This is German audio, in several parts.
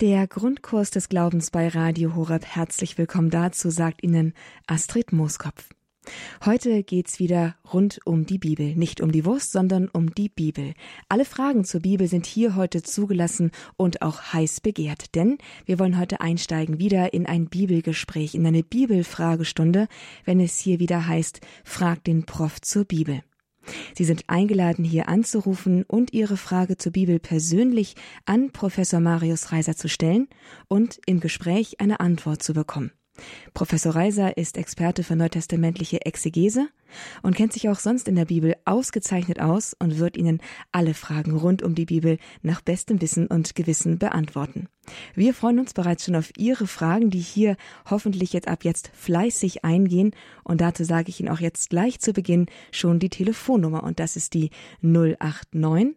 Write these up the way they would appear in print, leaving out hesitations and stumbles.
Der Grundkurs des Glaubens bei Radio Horeb. Herzlich willkommen dazu, sagt Ihnen Astrid Mooskopf. Heute geht's wieder rund um die Bibel. Nicht um die Wurst, sondern um die Bibel. Alle Fragen zur Bibel sind hier heute zugelassen und auch heiß begehrt. Denn wir wollen heute einsteigen wieder in ein Bibelgespräch, in eine Bibelfragestunde, wenn es hier wieder heißt, frag den Prof zur Bibel. Sie sind eingeladen, hier anzurufen und Ihre Frage zur Bibel persönlich an Professor Marius Reiser zu stellen und im Gespräch eine Antwort zu bekommen. Professor Reiser ist Experte für neutestamentliche Exegese und kennt sich auch sonst in der Bibel ausgezeichnet aus und wird Ihnen alle Fragen rund um die Bibel nach bestem Wissen und Gewissen beantworten. Wir freuen uns bereits schon auf Ihre Fragen, die hier hoffentlich ab jetzt fleißig eingehen. Und dazu sage ich Ihnen auch jetzt gleich zu Beginn schon die Telefonnummer. Und das ist die 089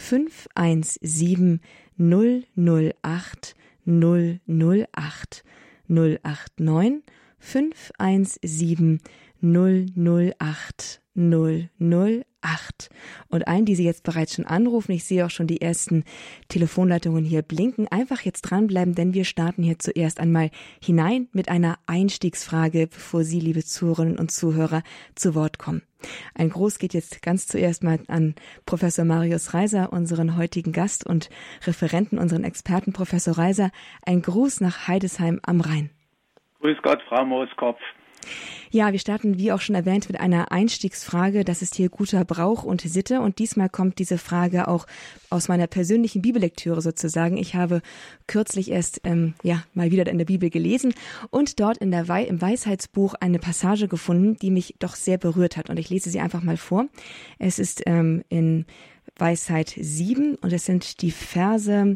517 008 008. 089 517 008 008. Und allen, die Sie jetzt bereits schon anrufen, ich sehe auch schon die ersten Telefonleitungen hier blinken, einfach jetzt dranbleiben, denn wir starten hier zuerst einmal hinein mit einer Einstiegsfrage, bevor Sie, liebe Zuhörerinnen und Zuhörer, zu Wort kommen. Ein Gruß geht jetzt ganz zuerst mal an Professor Marius Reiser, unseren heutigen Gast und Referenten, unseren Experten. Professor Reiser, ein Gruß nach Heidesheim am Rhein. Grüß Gott, Frau Mooskopf. Ja, wir starten, wie auch schon erwähnt, mit einer Einstiegsfrage. Das ist hier guter Brauch und Sitte. Und diesmal kommt diese Frage auch aus meiner persönlichen Bibellektüre sozusagen. Ich habe kürzlich erst mal wieder in der Bibel gelesen und dort im Weisheitsbuch eine Passage gefunden, die mich doch sehr berührt hat. Und ich lese sie einfach mal vor. Es ist in Weisheit 7 und es sind die Verse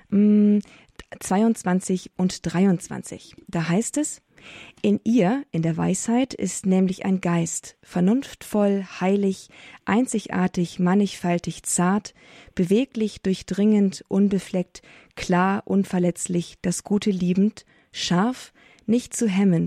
22 und 23. Da heißt es: In ihr, in der Weisheit, ist nämlich ein Geist, vernunftvoll, heilig, einzigartig, mannigfaltig, zart, beweglich, durchdringend, unbefleckt, klar, unverletzlich, das Gute liebend, scharf, nicht zu hemmen,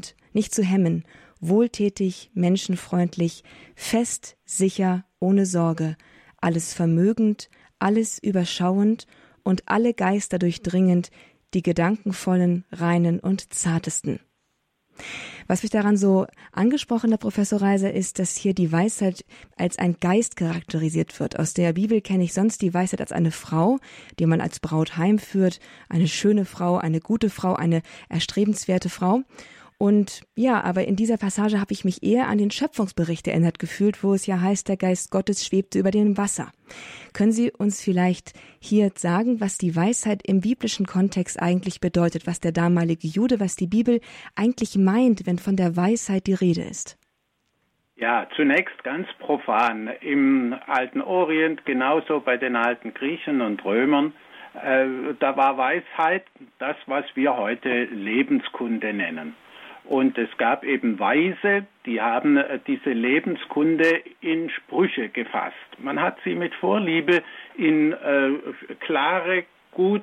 wohltätig, menschenfreundlich, fest, sicher, ohne Sorge, alles vermögend, alles überschauend und alle Geister durchdringend, die gedankenvollen, reinen und zartesten. Was mich daran so angesprochen hat, Professor Reiser, ist, dass hier die Weisheit als ein Geist charakterisiert wird. Aus der Bibel kenne ich sonst die Weisheit als eine Frau, die man als Braut heimführt, eine schöne Frau, eine gute Frau, eine erstrebenswerte Frau. Und ja, aber in dieser Passage habe ich mich eher an den Schöpfungsbericht erinnert gefühlt, wo es ja heißt, der Geist Gottes schwebte über dem Wasser. Können Sie uns vielleicht hier sagen, was die Weisheit im biblischen Kontext eigentlich bedeutet, was der damalige Jude, was die Bibel eigentlich meint, wenn von der Weisheit die Rede ist? Ja, zunächst ganz profan. Im alten Orient, genauso bei den alten Griechen und Römern, da war Weisheit das, was wir heute Lebenskunde nennen. Und es gab eben Weise, die haben diese Lebenskunde in Sprüche gefasst. Man hat sie mit Vorliebe in klare, gut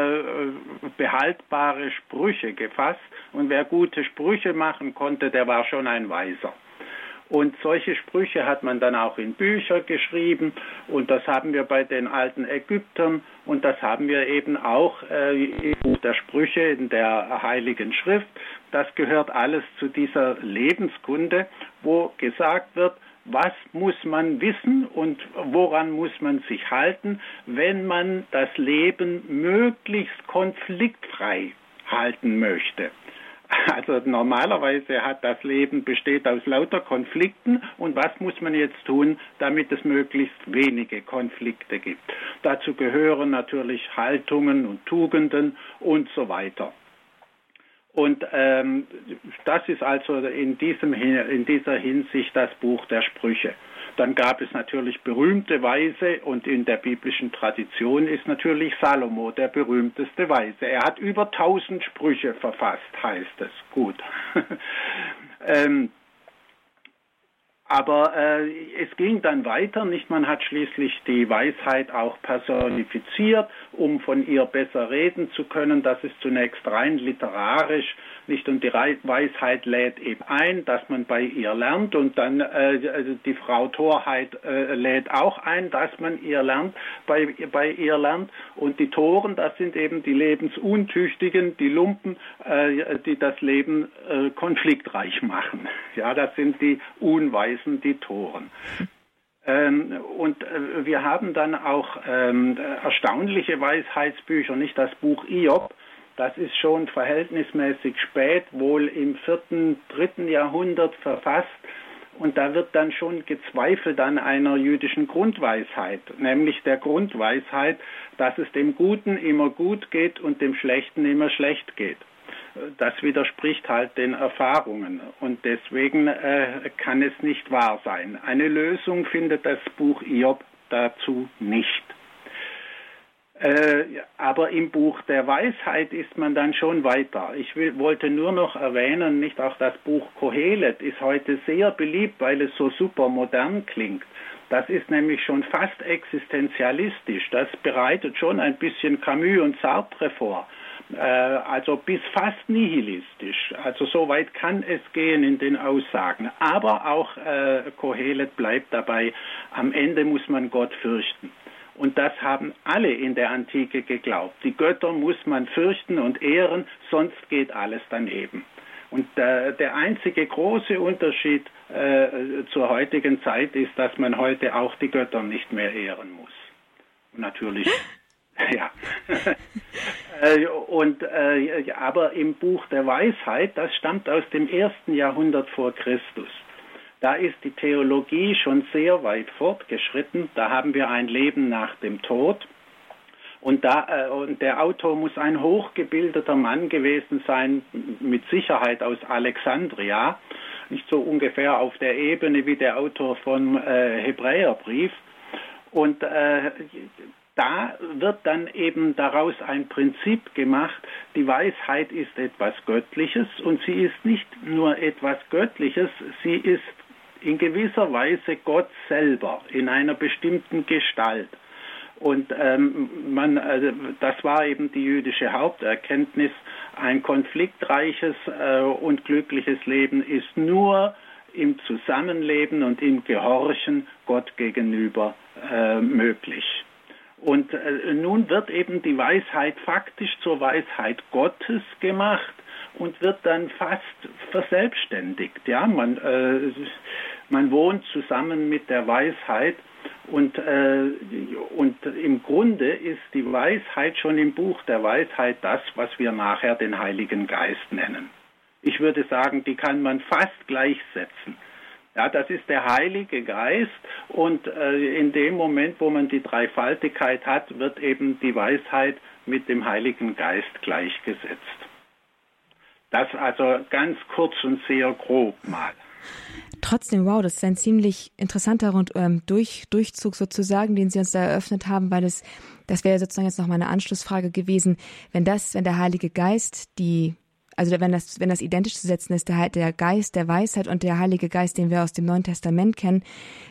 behaltbare Sprüche gefasst. Und wer gute Sprüche machen konnte, der war schon ein Weiser. Und solche Sprüche hat man dann auch in Bücher geschrieben und das haben wir bei den alten Ägyptern und das haben wir eben auch im Buch der Sprüche in der Heiligen Schrift. Das gehört alles zu dieser Lebenskunde, wo gesagt wird, was muss man wissen und woran muss man sich halten, wenn man das Leben möglichst konfliktfrei halten möchte. Also normalerweise hat das Leben besteht aus lauter Konflikten und was muss man jetzt tun, damit es möglichst wenige Konflikte gibt. Dazu gehören natürlich Haltungen und Tugenden und so weiter. Und das ist also in dieser Hinsicht das Buch der Sprüche. Dann gab es natürlich berühmte Weise und in der biblischen Tradition ist natürlich Salomo der berühmteste Weise. Er hat über 1000 Sprüche verfasst, heißt es. Gut. Aber es ging dann weiter, nicht? Man hat schließlich die Weisheit auch personifiziert, um von ihr besser reden zu können. Das ist zunächst rein literarisch, nicht? Und die Weisheit lädt eben ein, dass man bei ihr lernt, und dann die Frau Torheit lädt auch ein, dass man ihr lernt, bei ihr lernt. Und die Toren, das sind eben die Lebensuntüchtigen, die Lumpen, die das Leben konfliktreich machen. Ja, das sind die Unweisen, die Toren. Und wir haben dann auch erstaunliche Weisheitsbücher, nicht? Das Buch Hiob, das ist schon verhältnismäßig spät, wohl im 4., 3. Jahrhundert verfasst. Und da wird dann schon gezweifelt an einer jüdischen Grundweisheit, nämlich der Grundweisheit, dass es dem Guten immer gut geht und dem Schlechten immer schlecht geht. Das widerspricht halt den Erfahrungen, und deswegen kann es nicht wahr sein. Eine Lösung findet das Buch Hiob dazu nicht. Aber im Buch der Weisheit ist man dann schon weiter. Ich wollte nur noch erwähnen, nicht, auch das Buch Kohelet ist heute sehr beliebt, weil es so super modern klingt. Das ist nämlich schon fast existenzialistisch. Das bereitet schon ein bisschen Camus und Sartre vor. Also bis fast nihilistisch. Also so weit kann es gehen in den Aussagen. Aber auch Kohelet bleibt dabei, am Ende muss man Gott fürchten. Und das haben alle in der Antike geglaubt. Die Götter muss man fürchten und ehren, sonst geht alles daneben. Und der einzige große Unterschied zur heutigen Zeit ist, dass man heute auch die Götter nicht mehr ehren muss. Und natürlich, ja. Aber im Buch der Weisheit, das stammt aus dem 1. Jahrhundert vor Christus. Da ist die Theologie schon sehr weit fortgeschritten. Da haben wir ein Leben nach dem Tod. Und der Autor muss ein hochgebildeter Mann gewesen sein, mit Sicherheit aus Alexandria. Nicht so ungefähr auf der Ebene wie der Autor vom Hebräerbrief. Und da wird dann eben daraus ein Prinzip gemacht, die Weisheit ist etwas Göttliches, und sie ist nicht nur etwas Göttliches, sie ist in gewisser Weise Gott selber in einer bestimmten Gestalt. Und das war eben die jüdische Haupterkenntnis, ein konfliktreiches und glückliches Leben ist nur im Zusammenleben und im Gehorchen Gott gegenüber möglich. Und nun wird eben die Weisheit faktisch zur Weisheit Gottes gemacht und wird dann fast verselbstständigt. Ja, man wohnt zusammen mit der Weisheit, und im Grunde ist die Weisheit schon im Buch der Weisheit das, was wir nachher den Heiligen Geist nennen. Ich würde sagen, die kann man fast gleichsetzen. Ja, das ist der Heilige Geist, und in dem Moment, wo man die Dreifaltigkeit hat, wird eben die Weisheit mit dem Heiligen Geist gleichgesetzt. Das also ganz kurz und sehr grob mal. Trotzdem, wow, das ist ein ziemlich interessanter Durchzug sozusagen, den Sie uns da eröffnet haben, weil das wäre sozusagen jetzt noch mal eine Anschlussfrage gewesen, wenn der Heilige Geist wenn das identisch zu setzen ist, der Geist der Weisheit und der Heilige Geist, den wir aus dem Neuen Testament kennen,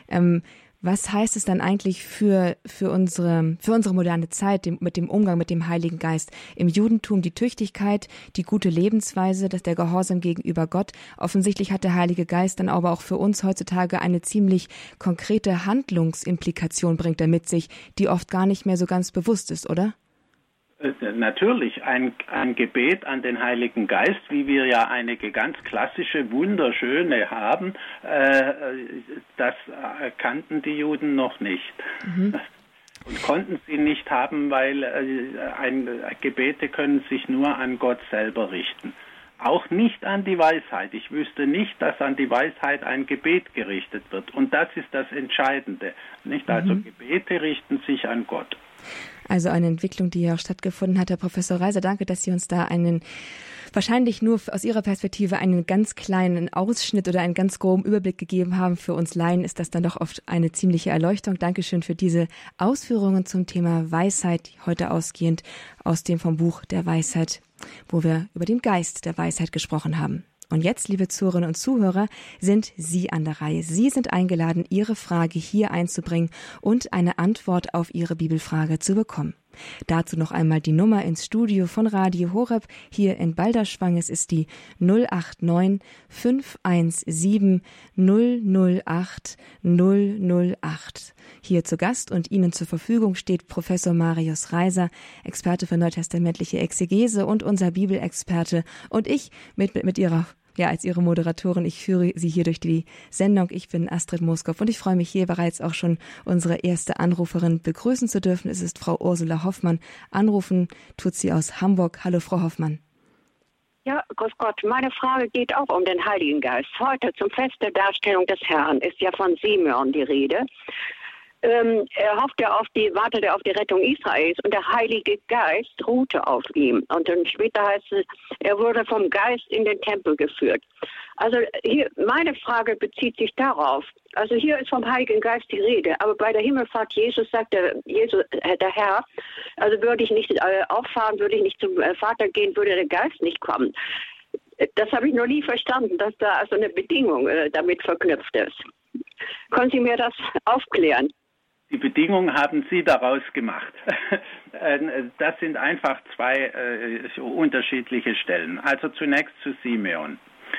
was heißt es dann eigentlich für unsere moderne Zeit mit dem Umgang mit dem Heiligen Geist? Im Judentum die Tüchtigkeit, die gute Lebensweise, der Gehorsam gegenüber Gott. Offensichtlich hat der Heilige Geist dann aber auch für uns heutzutage eine ziemlich konkrete Handlungsimplikation, bringt er mit sich, die oft gar nicht mehr so ganz bewusst ist, oder? Natürlich, ein Gebet an den Heiligen Geist, wie wir ja einige ganz klassische, wunderschöne haben, das kannten die Juden noch nicht. Mhm. Und konnten sie nicht haben, weil Gebete können sich nur an Gott selber richten. Auch nicht an die Weisheit. Ich wüsste nicht, dass an die Weisheit ein Gebet gerichtet wird. Und das ist das Entscheidende. Nicht? Also Gebete richten sich an Gott. Also eine Entwicklung, die ja auch stattgefunden hat. Herr Professor Reiser, danke, dass Sie uns da wahrscheinlich nur aus Ihrer Perspektive einen ganz kleinen Ausschnitt oder einen ganz groben Überblick gegeben haben. Für uns Laien ist das dann doch oft eine ziemliche Erleuchtung. Dankeschön für diese Ausführungen zum Thema Weisheit, heute ausgehend aus dem vom Buch der Weisheit, wo wir über den Geist der Weisheit gesprochen haben. Und jetzt, liebe Zuhörerinnen und Zuhörer, sind Sie an der Reihe. Sie sind eingeladen, Ihre Frage hier einzubringen und eine Antwort auf Ihre Bibelfrage zu bekommen. Dazu noch einmal die Nummer ins Studio von Radio Horeb hier in Balderschwang. Es ist die 089 517 008 008. Hier zu Gast und Ihnen zur Verfügung steht Professor Marius Reiser, Experte für neutestamentliche Exegese und unser Bibelexperte. Und ich mit Ihrer als Ihre Moderatorin. Ich führe Sie hier durch die Sendung. Ich bin Astrid Mooskopf und ich freue mich hier bereits auch schon unsere erste Anruferin begrüßen zu dürfen. Es ist Frau Ursula Hoffmann. Anrufen tut sie aus Hamburg. Hallo, Frau Hoffmann. Ja, grüß Gott. Meine Frage geht auch um den Heiligen Geist. Heute zum Fest der Darstellung des Herrn ist ja von Simeon die Rede. Wartete auf die Rettung Israels und der Heilige Geist ruhte auf ihm. Und dann später heißt es, er wurde vom Geist in den Tempel geführt. Also hier, meine Frage bezieht sich darauf. Also hier ist vom Heiligen Geist die Rede, aber bei der Himmelfahrt Jesus sagte der Herr, also würde ich nicht auffahren, würde ich nicht zum Vater gehen, würde der Geist nicht kommen. Das habe ich noch nie verstanden, dass da also eine Bedingung damit verknüpft ist. Können Sie mir das aufklären? Die Bedingungen haben Sie daraus gemacht. Das sind einfach zwei unterschiedliche Stellen. Also zunächst zu Simeon.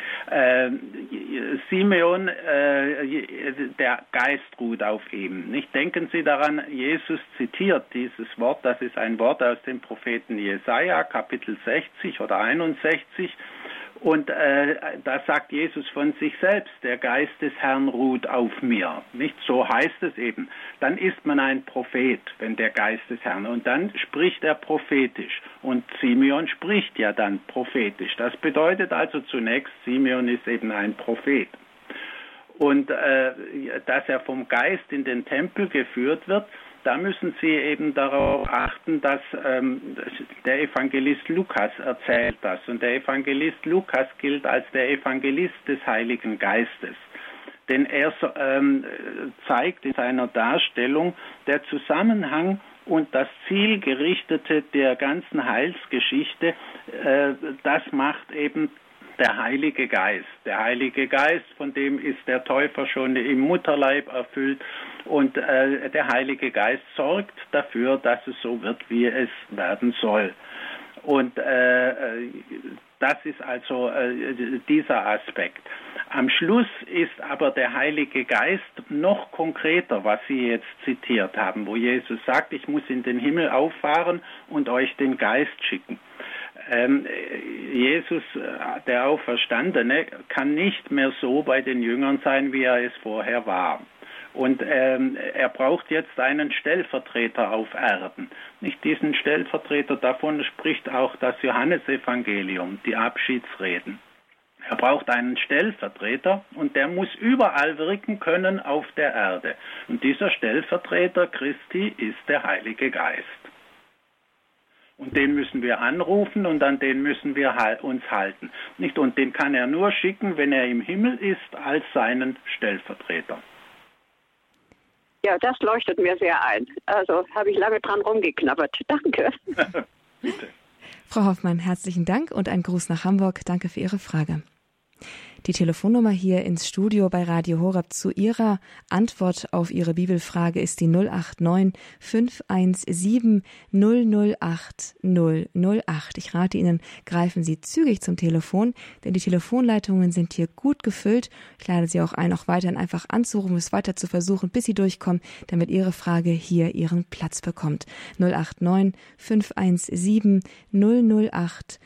Simeon, der Geist ruht auf ihm. Nicht denken Sie daran, Jesus zitiert dieses Wort, das ist ein Wort aus dem Propheten Jesaja, Kapitel 60 oder 61. Und da sagt Jesus von sich selbst, der Geist des Herrn ruht auf mir. Nicht so heißt es eben. Dann ist man ein Prophet, wenn der Geist des Herrn. Und dann spricht er prophetisch. Und Simeon spricht ja dann prophetisch. Das bedeutet also zunächst, Simeon ist eben ein Prophet. Und dass er vom Geist in den Tempel geführt wird, da müssen Sie eben darauf achten, dass der Evangelist Lukas erzählt das. Und der Evangelist Lukas gilt als der Evangelist des Heiligen Geistes. Denn er zeigt in seiner Darstellung der Zusammenhang und das Zielgerichtete der ganzen Heilsgeschichte, das macht eben der Heilige Geist. Der Heilige Geist, von dem ist der Täufer schon im Mutterleib erfüllt. Und der Heilige Geist sorgt dafür, dass es so wird, wie es werden soll. Und das ist also dieser Aspekt. Am Schluss ist aber der Heilige Geist noch konkreter, was Sie jetzt zitiert haben, wo Jesus sagt, ich muss in den Himmel auffahren und euch den Geist schicken. Jesus, der Auferstandene, kann nicht mehr so bei den Jüngern sein, wie er es vorher war. Und er braucht jetzt einen Stellvertreter auf Erden. Nicht diesen Stellvertreter, davon spricht auch das Johannesevangelium, die Abschiedsreden. Er braucht einen Stellvertreter und der muss überall wirken können auf der Erde. Und dieser Stellvertreter Christi ist der Heilige Geist. Und den müssen wir anrufen und an den müssen wir uns halten. Nicht? Und den kann er nur schicken, wenn er im Himmel ist, als seinen Stellvertreter. Ja, das leuchtet mir sehr ein. Also habe ich lange dran rumgeknabbert. Danke. Bitte. Frau Hoffmann, herzlichen Dank und ein Gruß nach Hamburg. Danke für Ihre Frage. Die Telefonnummer hier ins Studio bei Radio Horeb zu Ihrer Antwort auf Ihre Bibelfrage ist die 089 517 008 008. Ich rate Ihnen, greifen Sie zügig zum Telefon, denn die Telefonleitungen sind hier gut gefüllt. Ich lade Sie auch ein, auch weiterhin einfach anzurufen, es weiter zu versuchen, bis Sie durchkommen, damit Ihre Frage hier ihren Platz bekommt. 089 517 008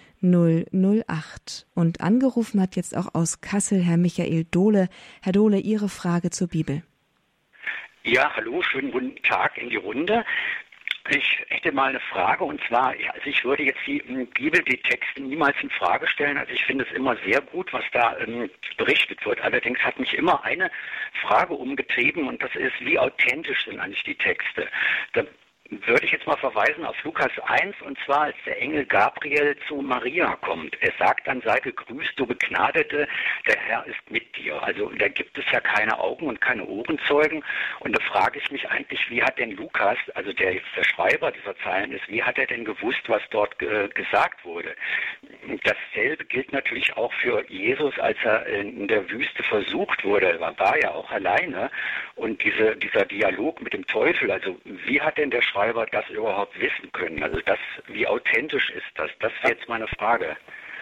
008. Und angerufen hat jetzt auch aus Kassel Herr Michael Dohle. Herr Dohle, Ihre Frage zur Bibel. Ja, hallo, schönen guten Tag in die Runde. Ich hätte mal eine Frage, und zwar, also ich würde jetzt die Bibel, die Texte niemals in Frage stellen. Also ich finde es immer sehr gut, was da berichtet wird. Allerdings hat mich immer eine Frage umgetrieben, und das ist, wie authentisch sind eigentlich die Texte? Da würde ich jetzt mal verweisen auf Lukas 1, und zwar als der Engel Gabriel zu Maria kommt. Er sagt dann, sei gegrüßt, du Begnadete, der Herr ist mit dir. Also da gibt es ja keine Augen- und keine Ohrenzeugen. Und da frage ich mich eigentlich, wie hat denn Lukas, also der Schreiber dieser Zeilen ist, wie hat er denn gewusst, was dort gesagt wurde? dasselbe gilt natürlich auch für Jesus, als er in der Wüste versucht wurde. Er war ja auch alleine. Und dieser Dialog mit dem Teufel, also wie hat denn der Schreiber das überhaupt wissen können? Also wie authentisch ist das? Das ist jetzt meine Frage.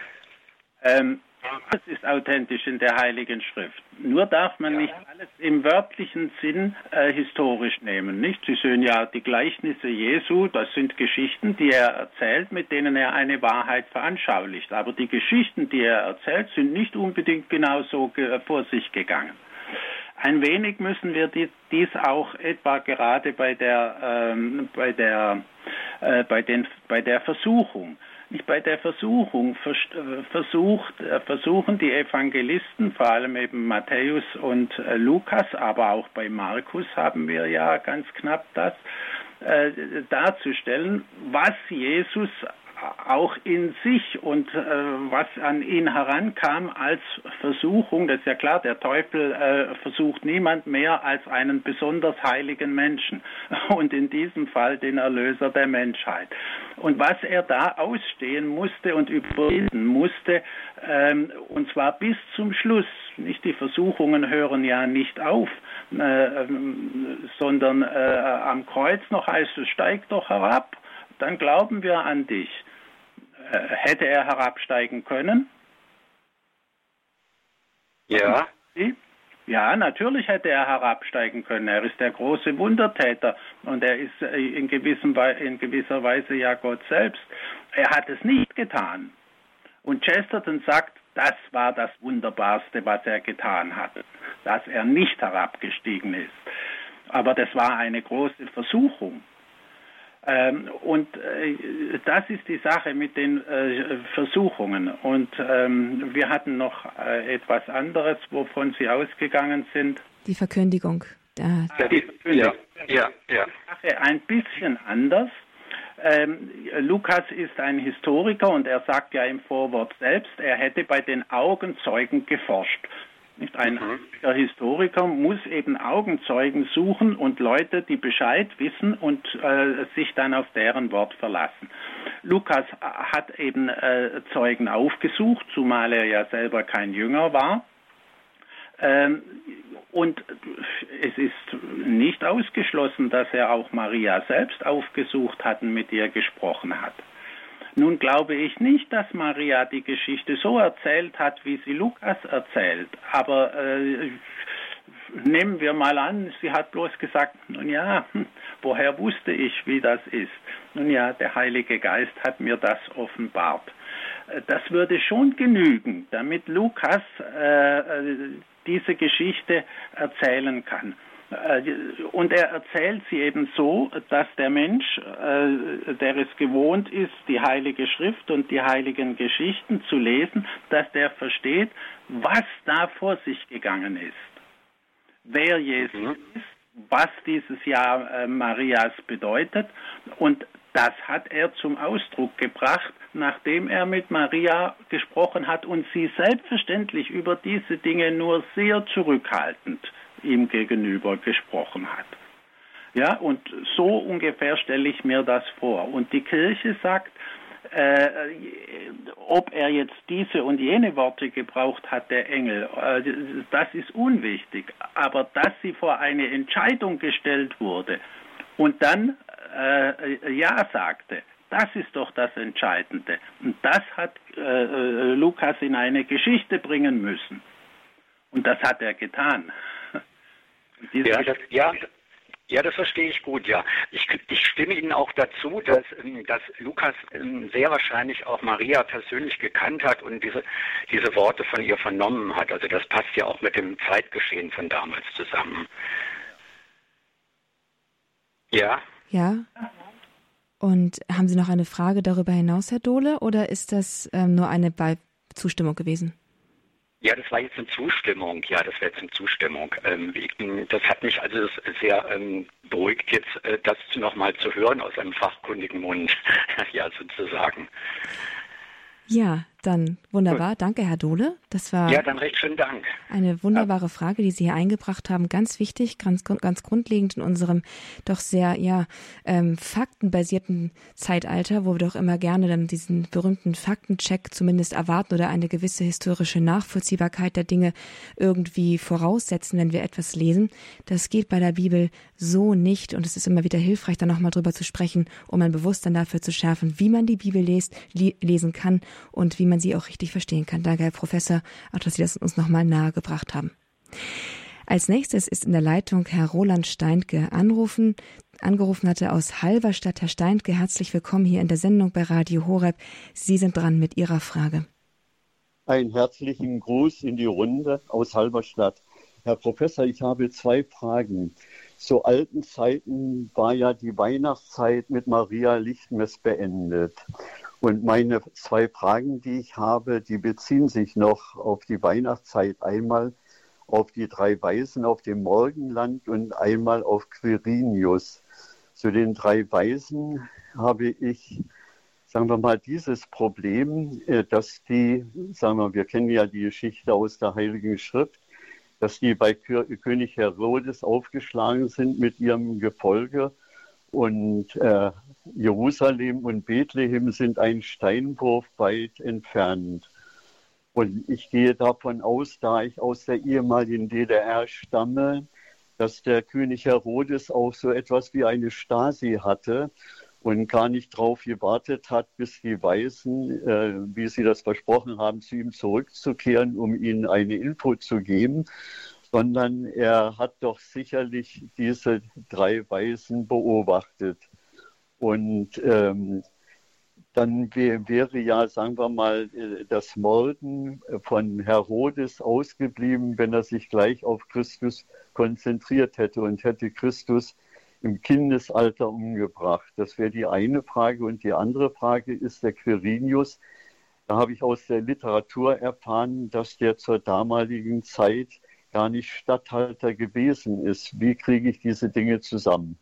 Das ist authentisch in der Heiligen Schrift. Nur darf man nicht alles im wörtlichen Sinn historisch nehmen, nicht? Sie sehen ja die Gleichnisse Jesu, das sind Geschichten, die er erzählt, mit denen er eine Wahrheit veranschaulicht. Aber die Geschichten, die er erzählt, sind nicht unbedingt genauso vor sich gegangen. Ein wenig müssen wir dies auch etwa gerade bei der Versuchung. Bei der Versuchung versuchen die Evangelisten, vor allem eben Matthäus und Lukas, aber auch bei Markus haben wir ja ganz knapp das, darzustellen, was Jesus auch in sich und was an ihn herankam als Versuchung. Das ist ja klar, der Teufel versucht niemand mehr als einen besonders heiligen Menschen und in diesem Fall den Erlöser der Menschheit. Und was er da ausstehen musste und überwinden musste, und zwar bis zum Schluss. Nicht, die Versuchungen hören ja nicht auf, sondern am Kreuz noch heißt es, steig doch herab, dann glauben wir an dich. Hätte er herabsteigen können? Ja. Ja, natürlich hätte er herabsteigen können. Er ist der große Wundertäter und er ist in gewisser Weise ja Gott selbst. Er hat es nicht getan. Und Chesterton sagt, das war das Wunderbarste, was er getan hat, dass er nicht herabgestiegen ist. Aber das war eine große Versuchung. Und das ist die Sache mit den Versuchungen. Und wir hatten noch etwas anderes, wovon Sie ausgegangen sind. Die Verkündigung. Die Verkündigung. Ja. Die Sache ein bisschen anders. Lukas ist ein Historiker und er sagt ja im Vorwort selbst, er hätte bei den Augenzeugen geforscht. Nicht? Ein Historiker muss eben Augenzeugen suchen und Leute, die Bescheid wissen und sich dann auf deren Wort verlassen. Lukas hat eben Zeugen aufgesucht, zumal er ja selber kein Jünger war. Und es ist nicht ausgeschlossen, dass er auch Maria selbst aufgesucht hat und mit ihr gesprochen hat. Nun glaube ich nicht, dass Maria die Geschichte so erzählt hat, wie sie Lukas erzählt. Aber nehmen wir mal an, sie hat bloß gesagt, nun ja, woher wusste ich, wie das ist? Nun ja, der Heilige Geist hat mir das offenbart. Das würde schon genügen, damit Lukas diese Geschichte erzählen kann. Und er erzählt sie eben so, dass der Mensch, der es gewohnt ist, die Heilige Schrift und die heiligen Geschichten zu lesen, dass der versteht, was da vor sich gegangen ist. Wer Jesus ist, was dieses Jahr Marias bedeutet. Und das hat er zum Ausdruck gebracht, nachdem er mit Maria gesprochen hat und sie selbstverständlich über diese Dinge nur sehr zurückhaltend ihm gegenüber gesprochen hat. Ja, und so ungefähr stelle ich mir das vor. Und die Kirche sagt, ob er jetzt diese und jene Worte gebraucht hat, der Engel, das ist unwichtig. Aber dass sie vor eine Entscheidung gestellt wurde und dann Ja sagte, das ist doch das Entscheidende. Und das hat Lukas in eine Geschichte bringen müssen. Und das hat er getan. Das verstehe ich gut, ja. Ich stimme Ihnen auch dazu, dass Lukas sehr wahrscheinlich auch Maria persönlich gekannt hat und diese Worte von ihr vernommen hat. Also das passt ja auch mit dem Zeitgeschehen von damals zusammen. Ja? Ja. Und haben Sie noch eine Frage darüber hinaus, Herr Dohle, oder ist das nur eine Zustimmung gewesen? Ja, das war jetzt eine Zustimmung. Ja, das wäre jetzt eine Zustimmung. Das hat mich also sehr beruhigt, jetzt das nochmal zu hören aus einem fachkundigen Mund, ja, sozusagen. Ja, Dann wunderbar. Danke, Herr Dohle. Das war ja, dann recht schönen Dank. Eine wunderbare Frage, die Sie hier eingebracht haben. Ganz wichtig, ganz grundlegend in unserem doch sehr faktenbasierten Zeitalter, wo wir doch immer gerne dann diesen berühmten Faktencheck zumindest erwarten oder eine gewisse historische Nachvollziehbarkeit der Dinge irgendwie voraussetzen, wenn wir etwas lesen. Das geht bei der Bibel so nicht und es ist immer wieder hilfreich, da nochmal drüber zu sprechen, um ein Bewusstsein dafür zu schärfen, wie man die Bibel lesen kann und wie man sie auch richtig verstehen kann. Danke, Herr Professor, auch dass Sie das uns nochmal nahegebracht haben. Als nächstes ist in der Leitung Herr Roland Steintke angerufen hatte aus Halberstadt. Herr Steintke, herzlich willkommen hier in der Sendung bei Radio Horeb. Sie sind dran mit Ihrer Frage. Einen herzlichen Gruß in die Runde aus Halberstadt. Herr Professor, ich habe 2 Fragen. Zu alten Zeiten war ja die Weihnachtszeit mit Maria Lichtmess beendet. Und meine 2 Fragen, die ich habe, die beziehen sich noch auf die Weihnachtszeit. Einmal auf die 3 Weisen auf dem Morgenland und einmal auf Quirinius. Zu den 3 Weisen habe ich, sagen wir mal, dieses Problem, dass die, wir kennen ja die Geschichte aus der Heiligen Schrift, dass die bei König Herodes aufgeschlagen sind mit ihrem Gefolge und Jerusalem und Bethlehem sind ein Steinwurf weit entfernt. Und ich gehe davon aus, da ich aus der ehemaligen DDR stamme, dass der König Herodes auch so etwas wie eine Stasi hatte und gar nicht darauf gewartet hat, bis die Weisen, wie sie das versprochen haben, zu ihm zurückzukehren, um ihnen eine Info zu geben, sondern er hat doch sicherlich diese 3 Weisen beobachtet. Und dann wäre ja, sagen wir mal, das Morden von Herodes ausgeblieben, wenn er sich gleich auf Christus konzentriert hätte und hätte Christus im Kindesalter umgebracht. Das wäre die eine Frage. Und die andere Frage ist der Quirinius. Da habe ich aus der Literatur erfahren, dass der zur damaligen Zeit gar nicht Statthalter gewesen ist. Wie kriege ich diese Dinge zusammen?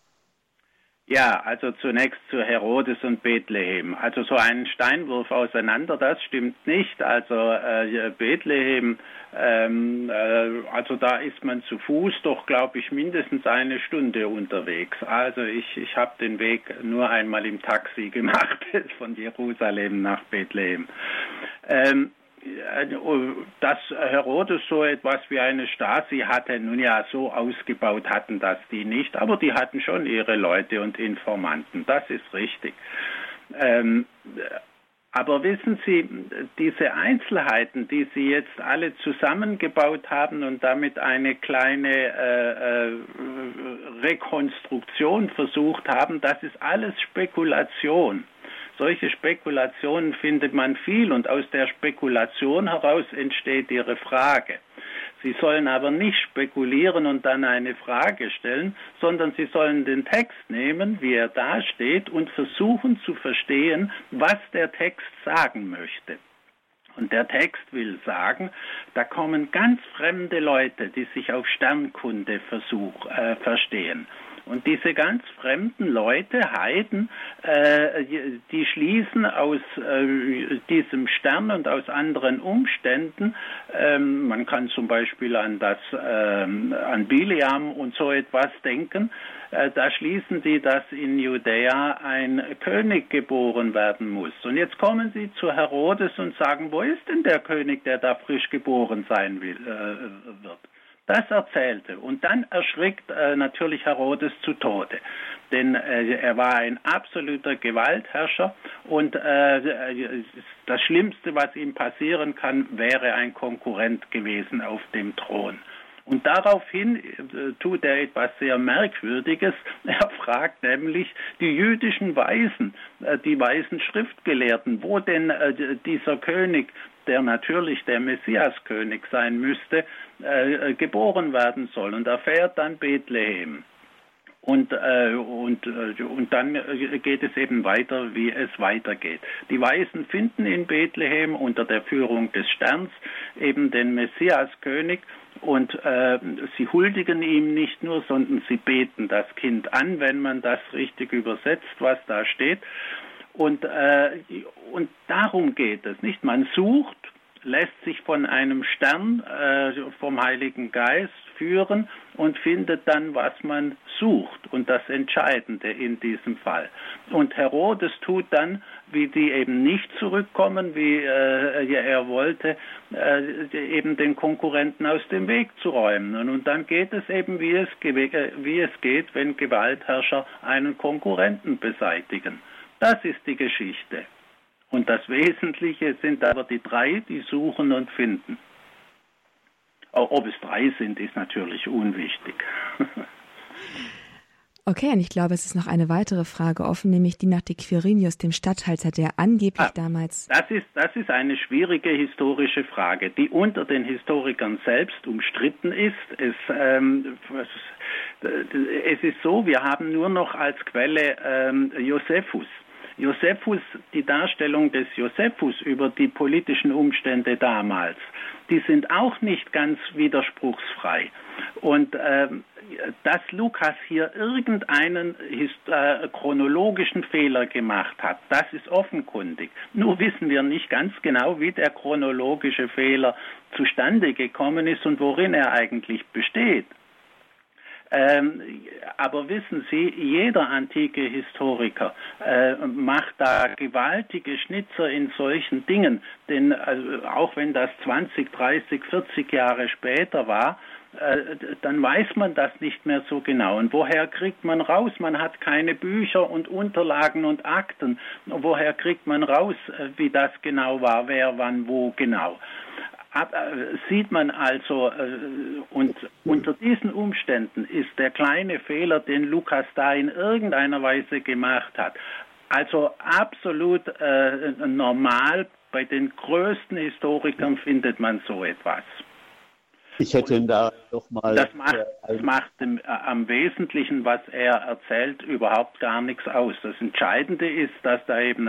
Ja, also zunächst zu Herodes und Bethlehem. Also so einen Steinwurf auseinander, das stimmt nicht. Also Bethlehem, also da ist man zu Fuß doch, glaube ich, mindestens 1 Stunde unterwegs. Also ich habe den Weg nur einmal im Taxi gemacht, von Jerusalem nach Bethlehem. Dass Herodes so etwas wie eine Stasi hatte, nun ja, so ausgebaut hatten das die nicht, aber die hatten schon ihre Leute und Informanten, das ist richtig. Aber wissen Sie, diese Einzelheiten, die Sie jetzt alle zusammengebaut haben und damit eine kleine Rekonstruktion versucht haben, das ist alles Spekulation. Solche Spekulationen findet man viel und aus der Spekulation heraus entsteht Ihre Frage. Sie sollen aber nicht spekulieren und dann eine Frage stellen, sondern Sie sollen den Text nehmen, wie er da steht, und versuchen zu verstehen, was der Text sagen möchte. Und der Text will sagen, da kommen ganz fremde Leute, die sich auf Sternkunde verstehen. Und diese ganz fremden Leute, Heiden, die schließen aus diesem Stern und aus anderen Umständen, man kann zum Beispiel an Bileam und so etwas denken, da schließen sie, dass in Judäa ein König geboren werden muss. Und jetzt kommen sie zu Herodes und sagen, wo ist denn der König, der da frisch geboren sein wird? Das erzählte. Und dann erschrickt natürlich Herodes zu Tode. Denn er war ein absoluter Gewaltherrscher und das Schlimmste, was ihm passieren kann, wäre ein Konkurrent gewesen auf dem Thron. Und daraufhin tut er etwas sehr Merkwürdiges. Er fragt nämlich die jüdischen Weisen, die weisen Schriftgelehrten, wo denn dieser König, der natürlich der Messiaskönig sein müsste, geboren werden soll. Und er fährt dann Bethlehem. Und dann geht es eben weiter, wie es weitergeht. Die Weisen finden in Bethlehem unter der Führung des Sterns eben den Messiaskönig und sie huldigen ihm nicht nur, sondern sie beten das Kind an, wenn man das richtig übersetzt, was da steht. Und darum geht es, nicht? Man sucht, lässt sich von einem Stern vom Heiligen Geist führen und findet dann, was man sucht und das Entscheidende in diesem Fall. Und Herodes tut dann, wie die eben nicht zurückkommen, wie er wollte, eben den Konkurrenten aus dem Weg zu räumen. Und dann geht es eben, wie es geht, wenn Gewaltherrscher einen Konkurrenten beseitigen. Das ist die Geschichte. Und das Wesentliche sind aber die drei, die suchen und finden. Ob es drei sind, ist natürlich unwichtig. Okay, und ich glaube, es ist noch eine weitere Frage offen, nämlich die nach de Quirinius, dem Statthalter, der angeblich damals... Das ist eine schwierige historische Frage, die unter den Historikern selbst umstritten ist. Es ist so, wir haben nur noch als Quelle Josephus. Die Darstellung des Josephus über die politischen Umstände damals, die sind auch nicht ganz widerspruchsfrei. Und dass Lukas hier irgendeinen chronologischen Fehler gemacht hat, das ist offenkundig. Nur wissen wir nicht ganz genau, wie der chronologische Fehler zustande gekommen ist und worin er eigentlich besteht. Aber wissen Sie, jeder antike Historiker macht da gewaltige Schnitzer in solchen Dingen, denn auch wenn das 20, 30, 40 Jahre später war, dann weiß man das nicht mehr so genau. Und woher kriegt man raus? Man hat keine Bücher und Unterlagen und Akten. Woher kriegt man raus, wie das genau war, wer, wann, wo genau? Sieht man also, und unter diesen Umständen ist der kleine Fehler, den Lukas da in irgendeiner Weise gemacht hat, also absolut normal. Bei den größten Historikern findet man so etwas. Ich hätte da noch mal... Das macht am Wesentlichen, was er erzählt, überhaupt gar nichts aus. Das Entscheidende ist, dass da eben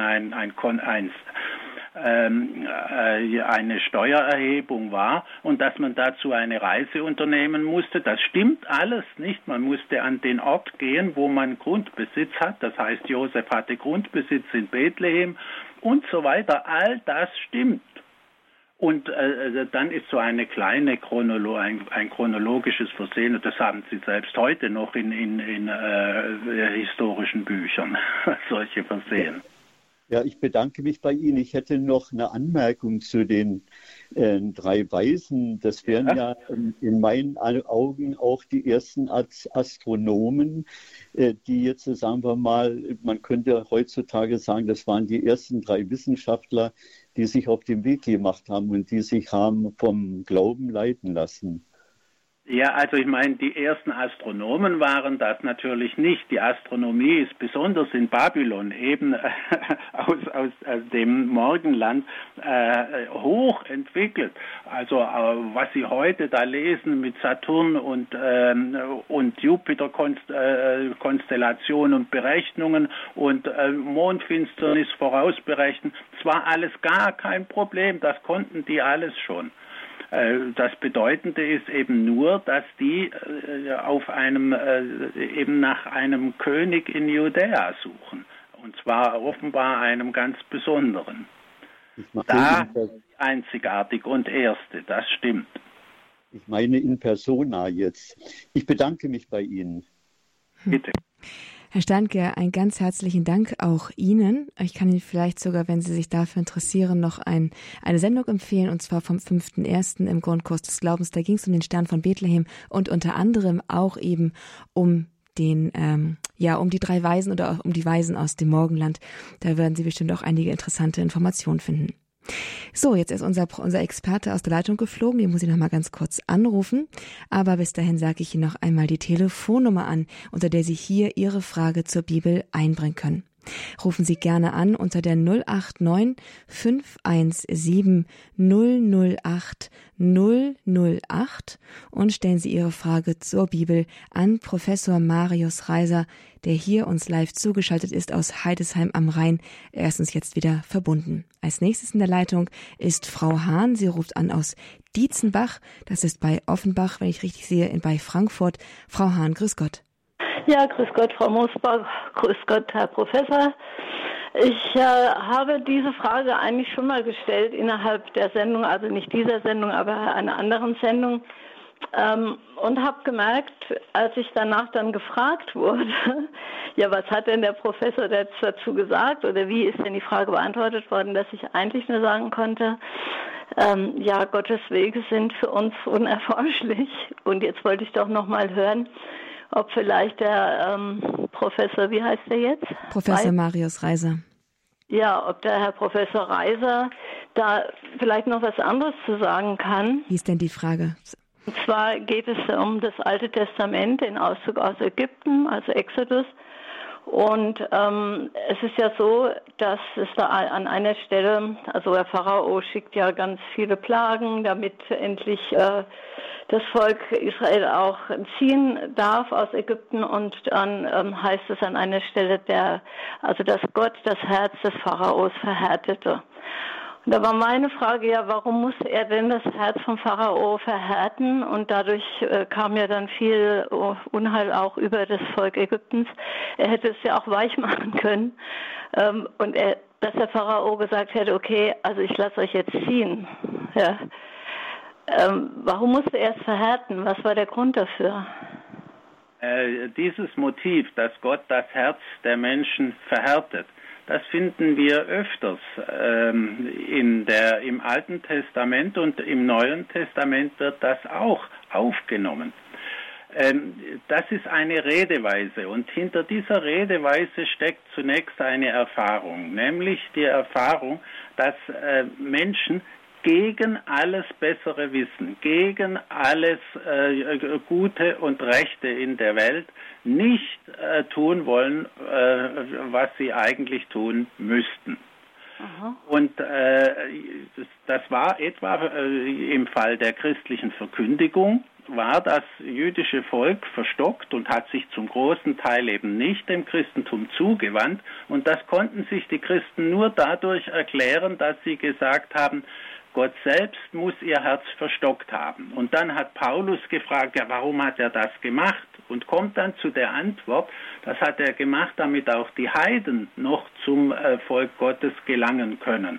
eine Steuererhebung war und dass man dazu eine Reise unternehmen musste. Das stimmt alles nicht. Man musste an den Ort gehen, wo man Grundbesitz hat. Das heißt, Josef hatte Grundbesitz in Bethlehem und so weiter. All das stimmt. Und dann ist so eine kleine ein chronologisches Versehen, und das haben Sie selbst heute noch in historischen Büchern, solche Versehen. Ja, ich bedanke mich bei Ihnen. Ich hätte noch eine Anmerkung zu den drei Weisen. Das wären ja in meinen Augen auch die ersten Astronomen, die jetzt, sagen wir mal, man könnte heutzutage sagen, das waren die ersten drei Wissenschaftler, die sich auf den Weg gemacht haben und die sich haben vom Glauben leiten lassen. Ja, also ich meine, die ersten Astronomen waren das natürlich nicht. Die Astronomie ist besonders in Babylon, eben aus dem Morgenland, hochentwickelt. Also was Sie heute da lesen mit Saturn und Jupiter-Konstellation und Berechnungen und Mondfinsternis vorausberechnen, das war alles gar kein Problem. Das konnten die alles schon. Das Bedeutende ist eben nur, dass die eben nach einem König in Judäa suchen. Und zwar offenbar einem ganz besonderen. Da einzigartig und erste, das stimmt. Ich meine in persona jetzt. Ich bedanke mich bei Ihnen. Bitte. Herr Standke, einen ganz herzlichen Dank auch Ihnen. Ich kann Ihnen vielleicht sogar, wenn Sie sich dafür interessieren, noch eine Sendung empfehlen, und zwar vom 5.1. im Grundkurs des Glaubens. Da ging es um den Stern von Bethlehem und unter anderem auch eben um die drei Weisen oder auch um die Weisen aus dem Morgenland. Da werden Sie bestimmt auch einige interessante Informationen finden. So, jetzt ist unser Experte aus der Leitung geflogen, den muss ich noch mal ganz kurz anrufen, aber bis dahin sage ich Ihnen noch einmal die Telefonnummer an, unter der Sie hier Ihre Frage zur Bibel einbringen können. Rufen Sie gerne an unter der 089 517 008 008 und stellen Sie Ihre Frage zur Bibel an Professor Marius Reiser, der hier uns live zugeschaltet ist aus Heidesheim am Rhein. Er ist uns jetzt wieder verbunden. Als nächstes in der Leitung ist Frau Hahn. Sie ruft an aus Dietzenbach. Das ist bei Offenbach, wenn ich richtig sehe, bei Frankfurt. Frau Hahn, grüß Gott. Ja, grüß Gott, Frau Mosbach, grüß Gott, Herr Professor. Ich habe diese Frage eigentlich schon mal gestellt innerhalb der Sendung, also nicht dieser Sendung, aber einer anderen Sendung. Und habe gemerkt, als ich danach dann gefragt wurde, ja, was hat denn der Professor dazu gesagt oder wie ist denn die Frage beantwortet worden, dass ich eigentlich nur sagen konnte, ja, Gottes Wege sind für uns unerforschlich. Und jetzt wollte ich doch noch mal hören, ob vielleicht der Professor, wie heißt der jetzt? Professor Marius Reiser. Ja, ob der Herr Professor Reiser da vielleicht noch was anderes zu sagen kann. Wie ist denn die Frage? Und zwar geht es um das Alte Testament, den Auszug aus Ägypten, also Exodus. Und es ist ja so, dass es da an einer Stelle, also der Pharao schickt ja ganz viele Plagen, damit endlich das Volk Israel auch ziehen darf aus Ägypten. Und dann heißt es an einer Stelle, dass Gott das Herz des Pharaos verhärtete. Und da war meine Frage, ja, warum musste er denn das Herz vom Pharao verhärten? Und dadurch kam ja dann viel Unheil auch über das Volk Ägyptens. Er hätte es ja auch weich machen können. Dass der Pharao gesagt hätte, okay, also ich lasse euch jetzt ziehen. Ja. Warum musste er es verhärten? Was war der Grund dafür? Dieses Motiv, dass Gott das Herz der Menschen verhärtet, das finden wir öfters im Alten Testament, und im Neuen Testament wird das auch aufgenommen. Das ist eine Redeweise, und hinter dieser Redeweise steckt zunächst eine Erfahrung, nämlich die Erfahrung, dass Menschen gegen alles bessere Wissen, gegen alles Gute und Rechte in der Welt nicht tun wollen, was sie eigentlich tun müssten. Aha. Und das war etwa im Fall der christlichen Verkündigung, war das jüdische Volk verstockt und hat sich zum großen Teil eben nicht dem Christentum zugewandt. Und das konnten sich die Christen nur dadurch erklären, dass sie gesagt haben, Gott selbst muss ihr Herz verstockt haben. Und dann hat Paulus gefragt, ja, warum hat er das gemacht? Und kommt dann zu der Antwort, das hat er gemacht, damit auch die Heiden noch zum Volk Gottes gelangen können.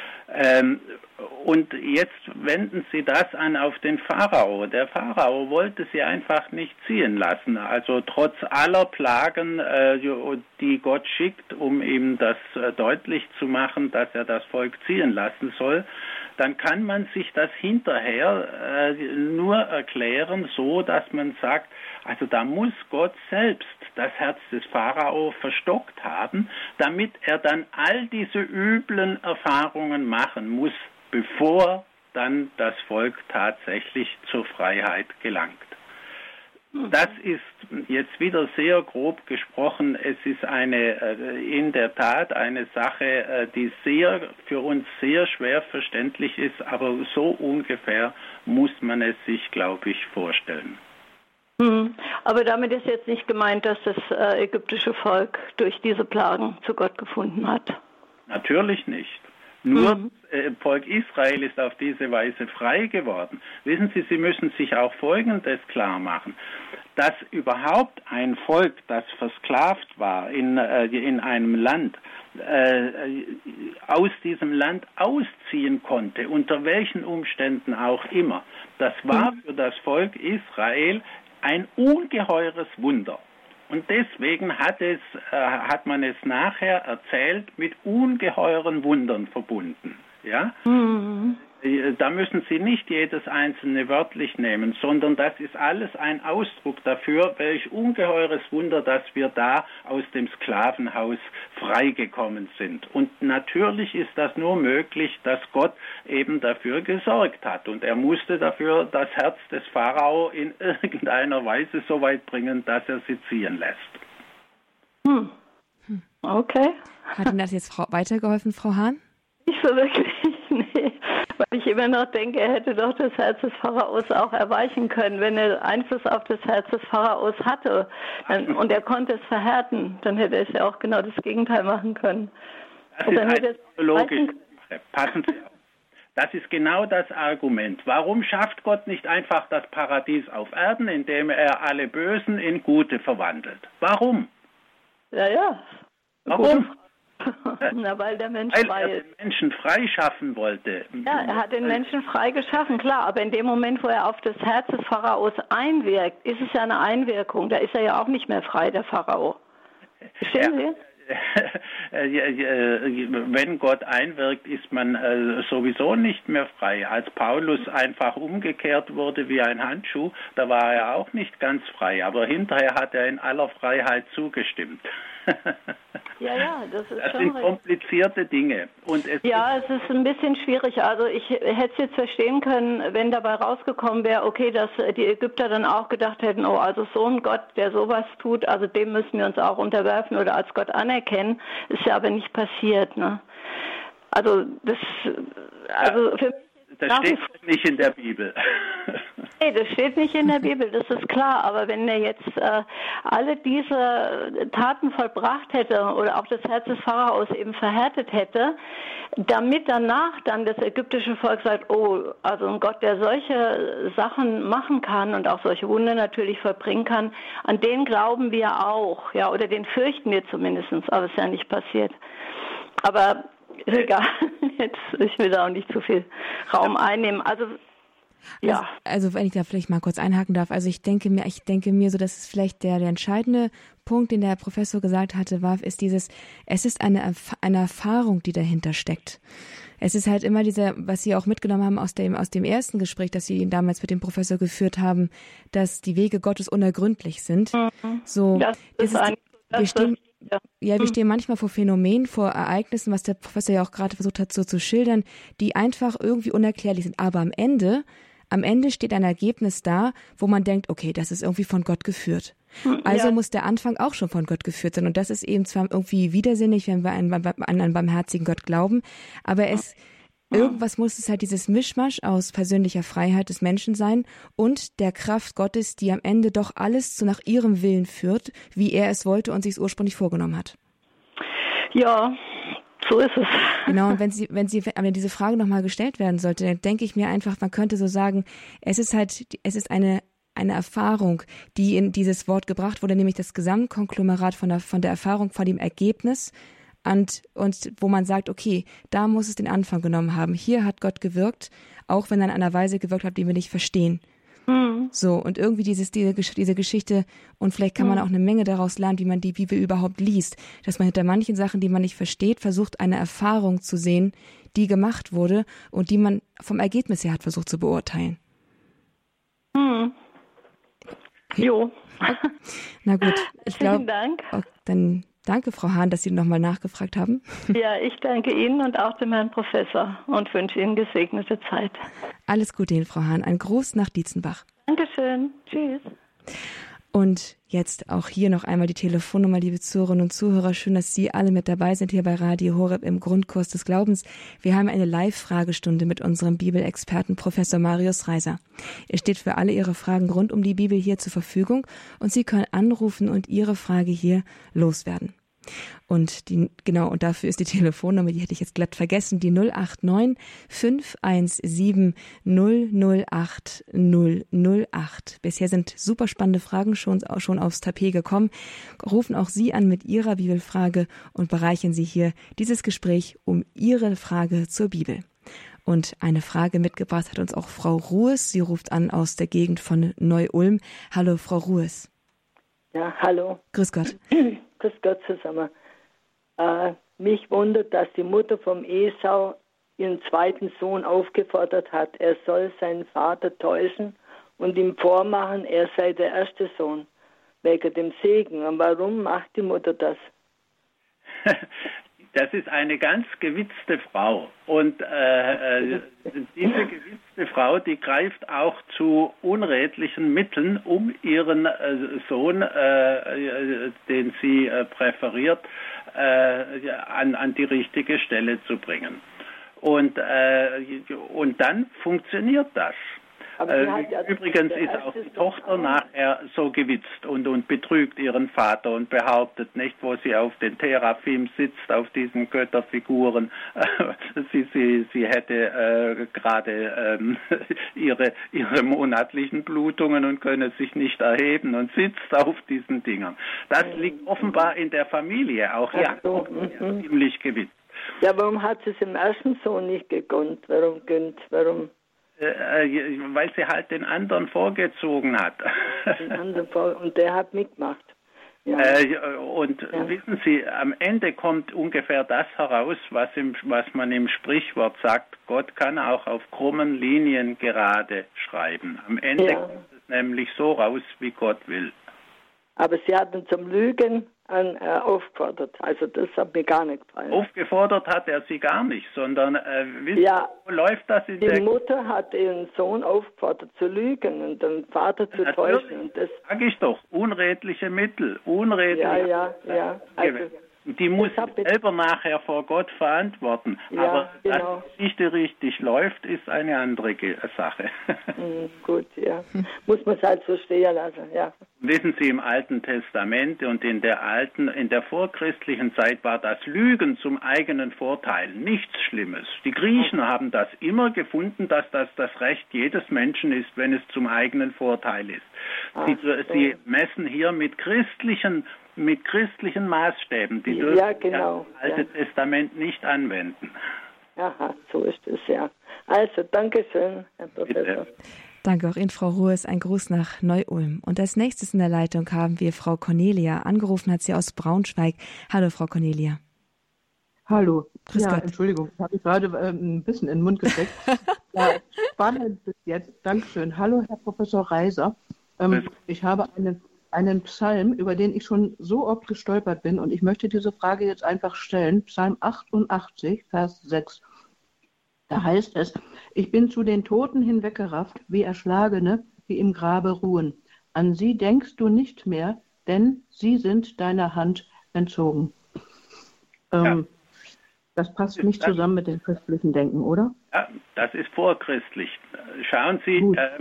Und jetzt wenden Sie das an auf den Pharao. Der Pharao wollte sie einfach nicht ziehen lassen. Also trotz aller Plagen, die Gott schickt, um ihm das deutlich zu machen, dass er das Volk ziehen lassen soll, dann kann man sich das hinterher nur erklären, so dass man sagt, also da muss Gott selbst das Herz des Pharao verstockt haben, damit er dann all diese üblen Erfahrungen machen muss, bevor dann das Volk tatsächlich zur Freiheit gelangt. Das ist jetzt wieder sehr grob gesprochen. Es ist in der Tat eine Sache, die für uns sehr schwer verständlich ist, aber so ungefähr muss man es sich, glaube ich, vorstellen. Aber damit ist jetzt nicht gemeint, dass das ägyptische Volk durch diese Plagen zu Gott gefunden hat. Natürlich nicht. Nur Volk Israel ist auf diese Weise frei geworden. Wissen Sie, Sie müssen sich auch Folgendes klar machen, dass überhaupt ein Volk, das versklavt war in einem Land, aus diesem Land ausziehen konnte, unter welchen Umständen auch immer, das war für das Volk Israel ein ungeheures Wunder. Und deswegen hat man es nachher erzählt mit ungeheuren Wundern verbunden. Ja? Da müssen Sie nicht jedes einzelne wörtlich nehmen, sondern das ist alles ein Ausdruck dafür, welch ungeheures Wunder, dass wir da aus dem Sklavenhaus freigekommen sind. Und natürlich ist das nur möglich, dass Gott eben dafür gesorgt hat. Und er musste dafür das Herz des Pharao in irgendeiner Weise so weit bringen, dass er sie ziehen lässt. Okay. Hat Ihnen das jetzt weitergeholfen, Frau Hahn? Nicht so wirklich, nee. Weil ich immer noch denke, er hätte doch das Herz des Pharaos auch erweichen können, wenn er Einfluss auf das Herz des Pharaos hatte und er konnte es verhärten, dann hätte er es ja auch genau das Gegenteil machen können. Das ist eine logisch. Passen Sie auf. Das ist genau das Argument. Warum schafft Gott nicht einfach das Paradies auf Erden, indem er alle Bösen in Gute verwandelt? Warum? Ja. Warum? Na, weil der Mensch Weil frei er ist. den Menschen frei schaffen wollte. Ja, er hat den Menschen frei geschaffen, klar. Aber in dem Moment, wo er auf das Herz des Pharaos einwirkt, ist es ja eine Einwirkung. Da ist er ja auch nicht mehr frei, der Pharao. Verstehen Sie? Wenn Gott einwirkt, ist man sowieso nicht mehr frei. Als Paulus einfach umgekehrt wurde wie ein Handschuh, da war er auch nicht ganz frei. Aber hinterher hat er in aller Freiheit zugestimmt. Ja, das ist das schon sind komplizierte Dinge. Und es ist ein bisschen schwierig. Also ich hätte es jetzt verstehen können, wenn dabei rausgekommen wäre, okay, dass die Ägypter dann auch gedacht hätten, oh, also so ein Gott, der sowas tut, also dem müssen wir uns auch unterwerfen oder als Gott anerkennen. Ist ja aber nicht passiert, ne? Also für das steht nicht in der Bibel. Nee, das steht nicht in der Bibel, das ist klar. Aber wenn er jetzt alle diese Taten vollbracht hätte oder auch das Herz des Pharaos eben verhärtet hätte, damit danach dann das ägyptische Volk sagt, oh, also ein Gott, der solche Sachen machen kann und auch solche Wunder natürlich vollbringen kann, an den glauben wir auch, ja, oder den fürchten wir zumindest, aber es ist ja nicht passiert. Aber ist egal, ich will da auch nicht zu viel Raum einnehmen. Also wenn ich da vielleicht mal kurz einhaken darf, also ich denke mir so, dass es vielleicht der entscheidende Punkt, den der Professor gesagt hatte, ist es ist eine Erfahrung, die dahinter steckt. Es ist halt immer was Sie auch mitgenommen haben aus dem ersten Gespräch, das Sie damals mit dem Professor geführt haben, dass die Wege Gottes unergründlich sind. So, wir stehen manchmal vor Phänomenen, vor Ereignissen, was der Professor ja auch gerade versucht hat so zu schildern, die einfach irgendwie unerklärlich sind. Aber am Ende steht ein Ergebnis da, wo man denkt, okay, das ist irgendwie von Gott geführt. Also muss der Anfang auch schon von Gott geführt sein. Und das ist eben zwar irgendwie widersinnig, wenn wir an einen barmherzigen Gott glauben, aber irgendwas muss es halt dieses Mischmasch aus persönlicher Freiheit des Menschen sein und der Kraft Gottes, die am Ende doch alles nach ihrem Willen führt, wie er es wollte und sich es ursprünglich vorgenommen hat. Ja, so ist es. Genau, und wenn diese Frage nochmal gestellt werden sollte, dann denke ich mir einfach, man könnte so sagen, es ist eine Erfahrung, die in dieses Wort gebracht wurde, nämlich das Gesamtkonglomerat von der Erfahrung, von dem Ergebnis, und wo man sagt, okay, da muss es den Anfang genommen haben. Hier hat Gott gewirkt, auch wenn er in einer Weise gewirkt hat, die wir nicht verstehen. So, und irgendwie diese Geschichte, und vielleicht kann man auch eine Menge daraus lernen, wie man die Bibel überhaupt liest, dass man hinter manchen Sachen, die man nicht versteht, versucht, eine Erfahrung zu sehen, die gemacht wurde und die man vom Ergebnis her hat versucht zu beurteilen. Jo. Na gut, Vielen Dank. Dann danke, Frau Hahn, dass Sie nochmal nachgefragt haben. Ja, ich danke Ihnen und auch dem Herrn Professor und wünsche Ihnen gesegnete Zeit. Alles Gute Ihnen, Frau Hahn. Ein Gruß nach Dietzenbach. Dankeschön. Tschüss. Und jetzt auch hier noch einmal die Telefonnummer, liebe Zuhörerinnen und Zuhörer. Schön, dass Sie alle mit dabei sind hier bei Radio Horeb im Grundkurs des Glaubens. Wir haben eine Live-Fragestunde mit unserem Bibelexperten Professor Marius Reiser. Er steht für alle Ihre Fragen rund um die Bibel hier zur Verfügung und Sie können anrufen und Ihre Frage hier loswerden. Und dafür ist die Telefonnummer, die hätte ich jetzt glatt vergessen, die 089 517 008 008. Bisher sind super spannende Fragen schon aufs Tapet gekommen. Rufen auch Sie an mit Ihrer Bibelfrage und bereichern Sie hier dieses Gespräch um Ihre Frage zur Bibel. Und eine Frage mitgebracht hat uns auch Frau Ruhes. Sie ruft an aus der Gegend von Neu-Ulm. Hallo, Frau Ruhes. Ja, hallo. Grüß Gott. Grüß Gott zusammen. Mich wundert, dass die Mutter vom Esau ihren zweiten Sohn aufgefordert hat, er soll seinen Vater täuschen und ihm vormachen, er sei der erste Sohn, wegen dem Segen. Und warum macht die Mutter das? Das ist eine ganz gewitzte Frau. Und diese gewitzte Frau, die greift auch zu unredlichen Mitteln, um ihren Sohn, den sie präferiert, an die richtige Stelle zu bringen. Und dann funktioniert das. Übrigens ist auch die Tochter nachher so gewitzt und betrügt ihren Vater und behauptet nicht, wo sie auf den Teraphim sitzt, auf diesen Götterfiguren, sie hätte gerade ihre monatlichen Blutungen und könne sich nicht erheben und sitzt auf diesen Dingern. Das liegt offenbar in der Familie auch, ziemlich gewitzt. Ja, warum hat sie es im ersten Sohn nicht gegönnt? Warum? Weil sie halt den anderen vorgezogen hat. Und der hat mitgemacht. Ja. Wissen Sie, am Ende kommt ungefähr das heraus, was man im Sprichwort sagt, Gott kann auch auf krummen Linien gerade schreiben. Am Ende kommt es nämlich so raus, wie Gott will. Aber sie hat ihn zum Lügen aufgefordert. Also das hat mir gar nicht gefallen. Aufgefordert hat er sie gar nicht, sondern wo läuft das? Die Mutter hat ihren Sohn aufgefordert zu lügen und den Vater zu täuschen. Und das sag ich doch, unredliche Mittel, Ja. Also, die muss selber nachher vor Gott verantworten. Aber dass die Geschichte richtig läuft, ist eine andere Sache. Gut, ja. Muss man es halt so stehen lassen, ja. Wissen Sie, im Alten Testament und in der vorchristlichen Zeit war das Lügen zum eigenen Vorteil nichts Schlimmes. Die Griechen haben das immer gefunden, dass das Recht jedes Menschen ist, wenn es zum eigenen Vorteil ist. Sie messen hier mit christlichen Maßstäben, die dürfen das Alte Testament nicht anwenden. Aha, so ist es, ja. Also, danke schön, Herr Professor. Bitte. Danke auch Ihnen, Frau Ruhes. Ein Gruß nach Neu-Ulm. Und als nächstes in der Leitung haben wir Frau Cornelia. Angerufen hat sie aus Braunschweig. Hallo, Frau Cornelia. Hallo. Grüß Gott. Entschuldigung, ich habe gerade ein bisschen in den Mund gesteckt. Ja, spannend bis jetzt. Dankeschön. Hallo, Herr Professor Reiser. Ich habe einen Psalm, über den ich schon so oft gestolpert bin, und ich möchte diese Frage jetzt einfach stellen. Psalm 88, Vers 6. Da heißt es: Ich bin zu den Toten hinweggerafft, wie Erschlagene, die im Grabe ruhen. An sie denkst du nicht mehr, denn sie sind deiner Hand entzogen. Das passt nicht zusammen mit dem christlichen Denken, oder? Ja, das ist vorchristlich. Schauen Sie,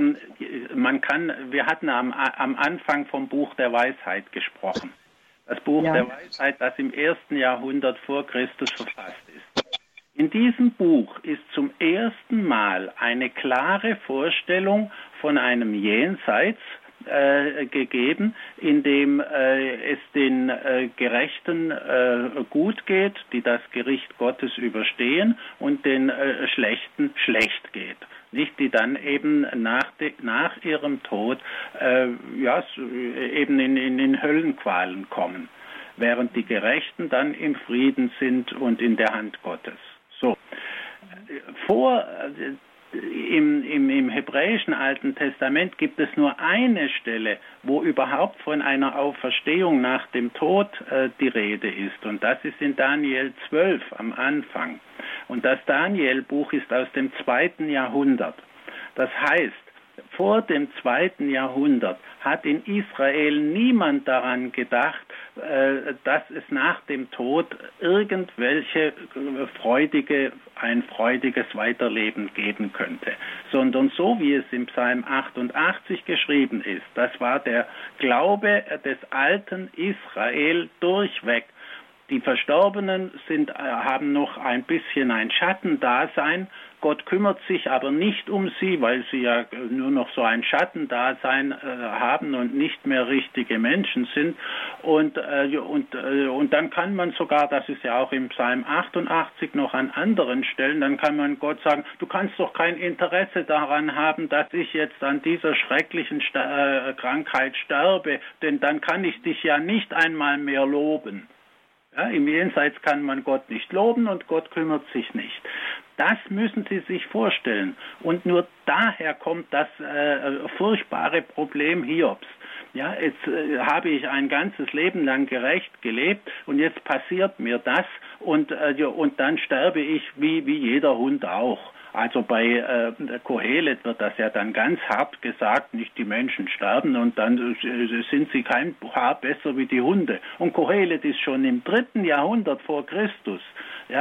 wir hatten am Anfang vom Buch der Weisheit gesprochen. Das Buch der Weisheit, das im 1. Jahrhundert vor Christus verfasst ist. In diesem Buch ist zum ersten Mal eine klare Vorstellung von einem Jenseits gegeben, in dem es den Gerechten gut geht, die das Gericht Gottes überstehen, und den Schlechten schlecht geht. Nicht, die dann eben nach ihrem Tod eben in Höllenqualen kommen, während die Gerechten dann im Frieden sind und in der Hand Gottes. So, im hebräischen Alten Testament gibt es nur eine Stelle, wo überhaupt von einer Auferstehung nach dem Tod die Rede ist. Und das ist in Daniel 12 am Anfang. Und das Daniel-Buch ist aus dem 2. Jahrhundert. Das heißt, vor dem 2. Jahrhundert hat in Israel niemand daran gedacht, dass es nach dem Tod irgendwelche ein freudiges Weiterleben geben könnte, sondern so wie es im Psalm 88 geschrieben ist, das war der Glaube des alten Israel durchweg. Die Verstorbenen haben noch ein bisschen ein Schattendasein. Gott kümmert sich aber nicht um sie, weil sie ja nur noch so ein Schattendasein haben und nicht mehr richtige Menschen sind. Und dann kann man sogar, das ist ja auch im Psalm 88 noch an anderen Stellen, dann kann man Gott sagen, du kannst doch kein Interesse daran haben, dass ich jetzt an dieser schrecklichen Krankheit sterbe, denn dann kann ich dich ja nicht einmal mehr loben. Ja, im Jenseits kann man Gott nicht loben und Gott kümmert sich nicht. Das müssen Sie sich vorstellen. Und nur daher kommt das furchtbare Problem Hiobs. Ja, jetzt habe ich ein ganzes Leben lang gerecht gelebt und jetzt passiert mir das und dann sterbe ich wie jeder Hund auch. Also bei Kohelet wird das ja dann ganz hart gesagt, nicht die Menschen sterben und dann sind sie kein Haar besser wie die Hunde. Und Kohelet ist schon im 3. Jahrhundert vor Christus. Ja?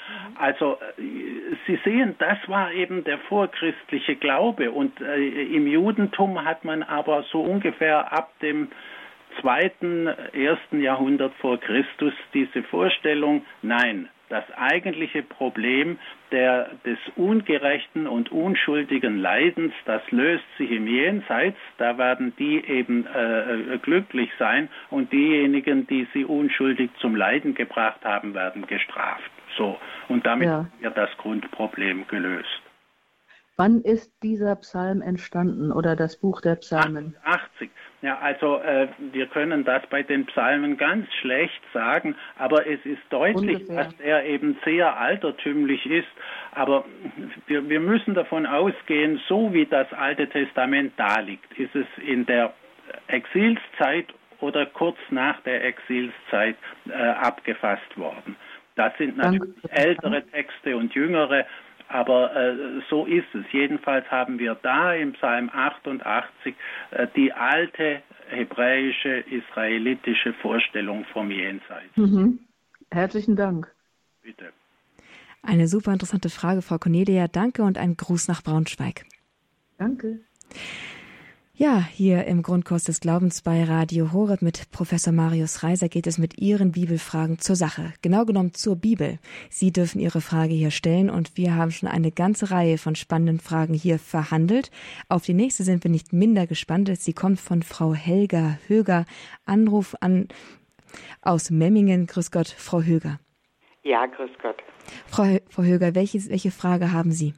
Also Sie sehen, das war eben der vorchristliche Glaube und im Judentum hat man aber so ungefähr ab dem 2., 1. Jahrhundert vor Christus diese Vorstellung, nein, das eigentliche Problem des ungerechten und unschuldigen Leidens, das löst sich im Jenseits, da werden die eben glücklich sein und diejenigen, die sie unschuldig zum Leiden gebracht haben, werden gestraft. So, und damit wird das Grundproblem gelöst. Wann ist dieser Psalm entstanden oder das Buch der Psalmen? 88. Ja, also wir können das bei den Psalmen ganz schlecht sagen, aber es ist deutlich, dass er eben sehr altertümlich ist. Aber wir müssen davon ausgehen, so wie das Alte Testament da liegt, ist es in der Exilszeit oder kurz nach der Exilszeit abgefasst worden. Das sind natürlich ältere Texte und jüngere, aber so ist es. Jedenfalls haben wir da im Psalm 88 die alte hebräische, israelitische Vorstellung vom Jenseits. Herzlichen Dank. Bitte. Eine super interessante Frage, Frau Cornelia. Danke und ein Gruß nach Braunschweig. Danke. Ja, hier im Grundkurs des Glaubens bei Radio Horeb mit Professor Marius Reiser geht es mit Ihren Bibelfragen zur Sache, genau genommen zur Bibel. Sie dürfen Ihre Frage hier stellen und wir haben schon eine ganze Reihe von spannenden Fragen hier verhandelt. Auf die nächste sind wir nicht minder gespannt. Sie kommt von Frau Helga Höger. Anruf aus Memmingen. Grüß Gott, Frau Höger. Ja, grüß Gott. Frau Höger, welche Frage haben Sie?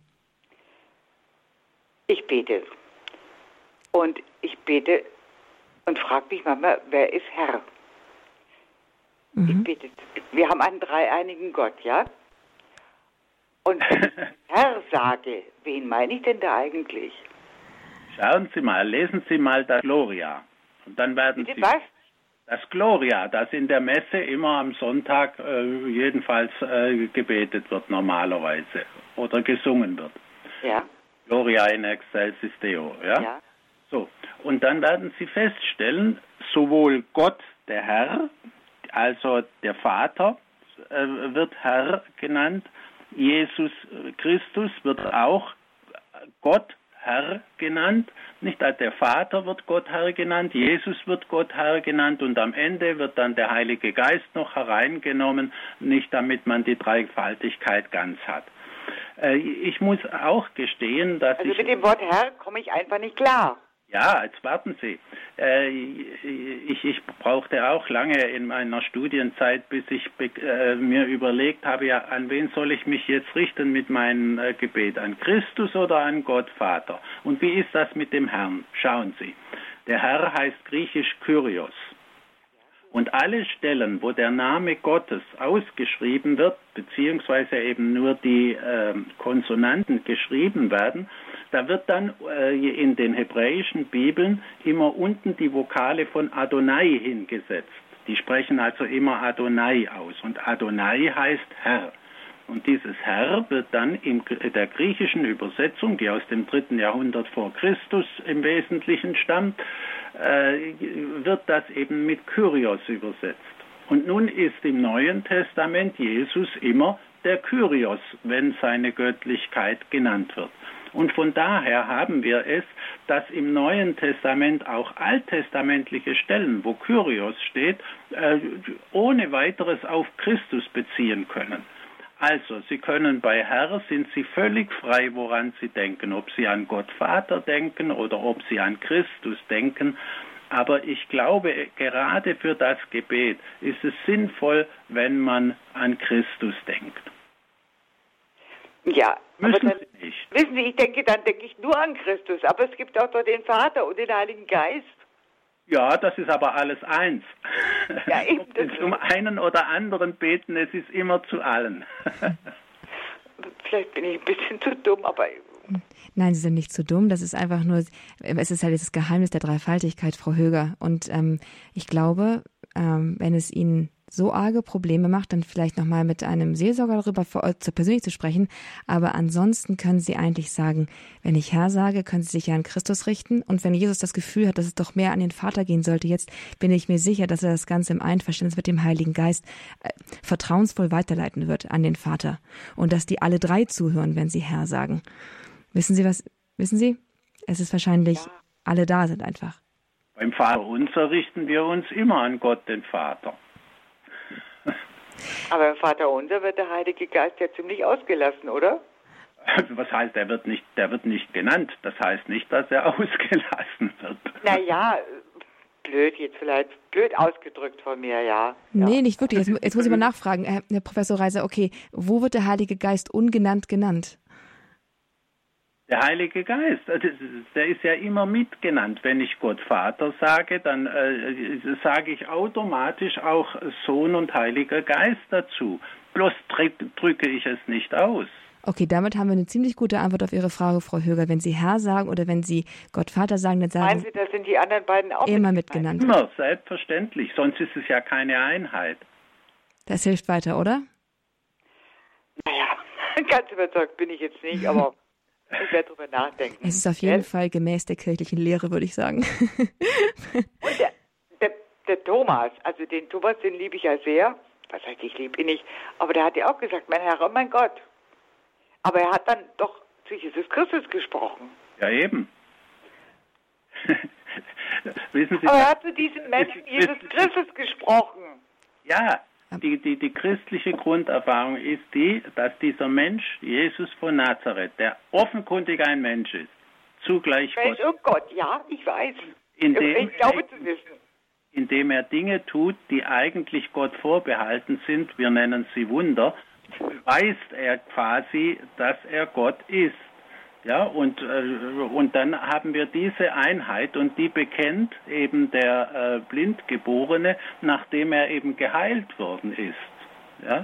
Ich bete. Und ich bete und frage mich manchmal, wer ist Herr? Ich bete. Wir haben einen dreieinigen Gott, ja? Und wenn ich Herr sage, wen meine ich denn da eigentlich? Schauen Sie mal, lesen Sie mal das Gloria. Und dann werden bitte, Sie... was? Das Gloria, das in der Messe immer am Sonntag jedenfalls gebetet wird normalerweise oder gesungen wird. Ja. Gloria in excelsis Deo, ja? Ja. So, und dann werden Sie feststellen, sowohl Gott, der Herr, also der Vater, wird Herr genannt, Jesus Christus wird auch Gott Herr genannt, nicht der Vater wird Gott Herr genannt, Jesus wird Gott Herr genannt und am Ende wird dann der Heilige Geist noch hereingenommen, nicht damit man die Dreifaltigkeit ganz hat. Ich muss auch gestehen, dass also mit dem Wort Herr komme ich einfach nicht klar. Ja, jetzt warten Sie. Ich brauchte auch lange in meiner Studienzeit, bis ich mir überlegt habe, ja, an wen soll ich mich jetzt richten mit meinem Gebet? An Christus oder an Gott Vater? Und wie ist das mit dem Herrn? Schauen Sie. Der Herr heißt griechisch Kyrios. Und alle Stellen, wo der Name Gottes ausgeschrieben wird, beziehungsweise eben nur die Konsonanten geschrieben werden, da wird dann in den hebräischen Bibeln immer unten die Vokale von Adonai hingesetzt. Die sprechen also immer Adonai aus. Und Adonai heißt Herr. Und dieses Herr wird dann in der griechischen Übersetzung, die aus dem 3. Jahrhundert vor Christus im Wesentlichen stammt, wird das eben mit Kyrios übersetzt. Und nun ist im Neuen Testament Jesus immer der Kyrios, wenn seine Göttlichkeit genannt wird. Und von daher haben wir es, dass im Neuen Testament auch alttestamentliche Stellen, wo Kyrios steht, ohne weiteres auf Christus beziehen können. Also, Sie können bei Herr, sind Sie völlig frei, woran Sie denken, ob Sie an Gott Vater denken oder ob Sie an Christus denken. Aber ich glaube, gerade für das Gebet ist es sinnvoll, wenn man an Christus denkt. Ja, aber dann, Sie nicht. Wissen Sie, dann denke ich nur an Christus, aber es gibt auch noch den Vater und den Heiligen Geist. Ja, das ist aber alles eins. Ja, eben, ob Sie zum einen oder anderen beten, es ist immer zu allen. Vielleicht bin ich ein bisschen zu dumm, aber... Nein, Sie sind nicht zu dumm. Das ist einfach nur, es ist halt das Geheimnis der Dreifaltigkeit, Frau Höger. Und ich glaube, wenn es Ihnen so arge Probleme macht, dann vielleicht nochmal mit einem Seelsorger darüber persönlich zu sprechen. Aber ansonsten können Sie eigentlich sagen, wenn ich Herr sage, können Sie sich ja an Christus richten. Und wenn Jesus das Gefühl hat, dass es doch mehr an den Vater gehen sollte, jetzt bin ich mir sicher, dass er das Ganze im Einverständnis mit dem Heiligen Geist vertrauensvoll weiterleiten wird an den Vater. Und dass die alle drei zuhören, wenn sie Herr sagen. Wissen Sie? Es ist wahrscheinlich, alle da sind einfach. Beim Vater unser richten wir uns immer an Gott, den Vater. Aber im Vater unser wird der Heilige Geist ja ziemlich ausgelassen, oder? Was heißt, der wird nicht genannt? Das heißt nicht, dass er ausgelassen wird. Naja, blöd ausgedrückt von mir, ja. Nee, nicht wirklich. Jetzt muss ich mal nachfragen, Herr Professor Reiser, okay, wo wird der Heilige Geist ungenannt genannt? Der Heilige Geist, der ist ja immer mitgenannt. Wenn ich Gott Vater sage, dann sage ich automatisch auch Sohn und Heiliger Geist dazu. Bloß drücke ich es nicht aus. Okay, damit haben wir eine ziemlich gute Antwort auf Ihre Frage, Frau Höger. Wenn Sie Herr sagen oder wenn Sie Gott Vater sagen, dann sagen Meinen Sie, das sind die anderen beiden auch immer mitgenannt? Immer, selbstverständlich. Sonst ist es ja keine Einheit. Das hilft weiter, oder? Naja, ganz überzeugt bin ich jetzt nicht, aber ich werde drüber nachdenken. Es ist auf jeden Fall gemäß der kirchlichen Lehre, würde ich sagen. Und der Thomas, also den Thomas, den liebe ich ja sehr. Was heißt, ich liebe ihn nicht. Aber der hat ja auch gesagt, mein Herr und mein Gott. Aber er hat dann doch zu Jesus Christus gesprochen. Ja, eben. Wissen Sie, aber er hat zu diesem Menschen Jesus Christus gesprochen. Ja, die christliche Grunderfahrung ist die, dass dieser Mensch, Jesus von Nazareth, der offenkundig ein Mensch ist, zugleich Mensch Gott. Oh Gott, ja, ich weiß. Ich glaube zu wissen. Indem er Dinge tut, die eigentlich Gott vorbehalten sind, wir nennen sie Wunder, beweist er quasi, dass er Gott ist. Ja, und dann haben wir diese Einheit und die bekennt eben der Blindgeborene, nachdem er eben geheilt worden ist. Ja?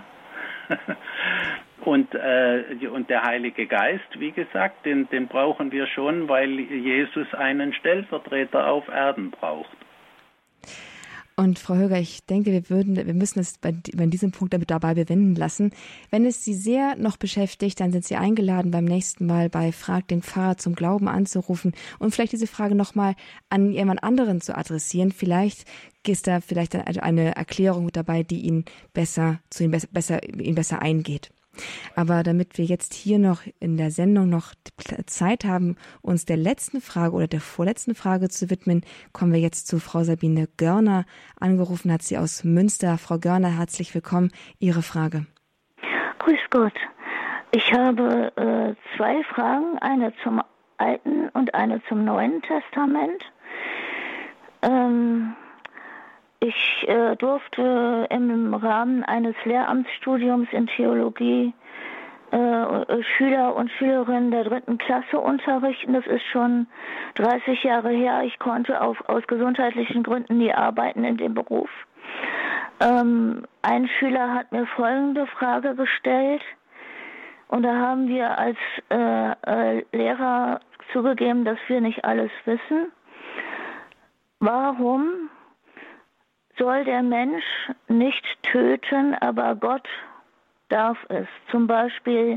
Und der Heilige Geist, wie gesagt, den brauchen wir schon, weil Jesus einen Stellvertreter auf Erden braucht. Und Frau Höger, ich denke, wir müssen es bei diesem Punkt damit dabei bewenden lassen. Wenn es Sie sehr noch beschäftigt, dann sind Sie eingeladen, beim nächsten Mal bei Frag den Pfarrer zum Glauben anzurufen und vielleicht diese Frage nochmal an jemand anderen zu adressieren. Vielleicht ist da eine Erklärung mit dabei, die Ihnen besser eingeht. Aber damit wir jetzt hier noch in der Sendung noch Zeit haben, uns der letzten Frage oder der vorletzten Frage zu widmen, kommen wir jetzt zu Frau Sabine Görner. Angerufen hat sie aus Münster. Frau Görner, herzlich willkommen. Ihre Frage. Grüß Gott. Ich habe 2 Fragen, eine zum Alten und eine zum Neuen Testament. Ich durfte im Rahmen eines Lehramtsstudiums in Theologie Schüler und Schülerinnen der 3. Klasse unterrichten. Das ist schon 30 Jahre her. Ich konnte aus gesundheitlichen Gründen nie arbeiten in dem Beruf. Ein Schüler hat mir folgende Frage gestellt und da haben wir als Lehrer zugegeben, dass wir nicht alles wissen. Warum soll der Mensch nicht töten, aber Gott darf es? Zum Beispiel,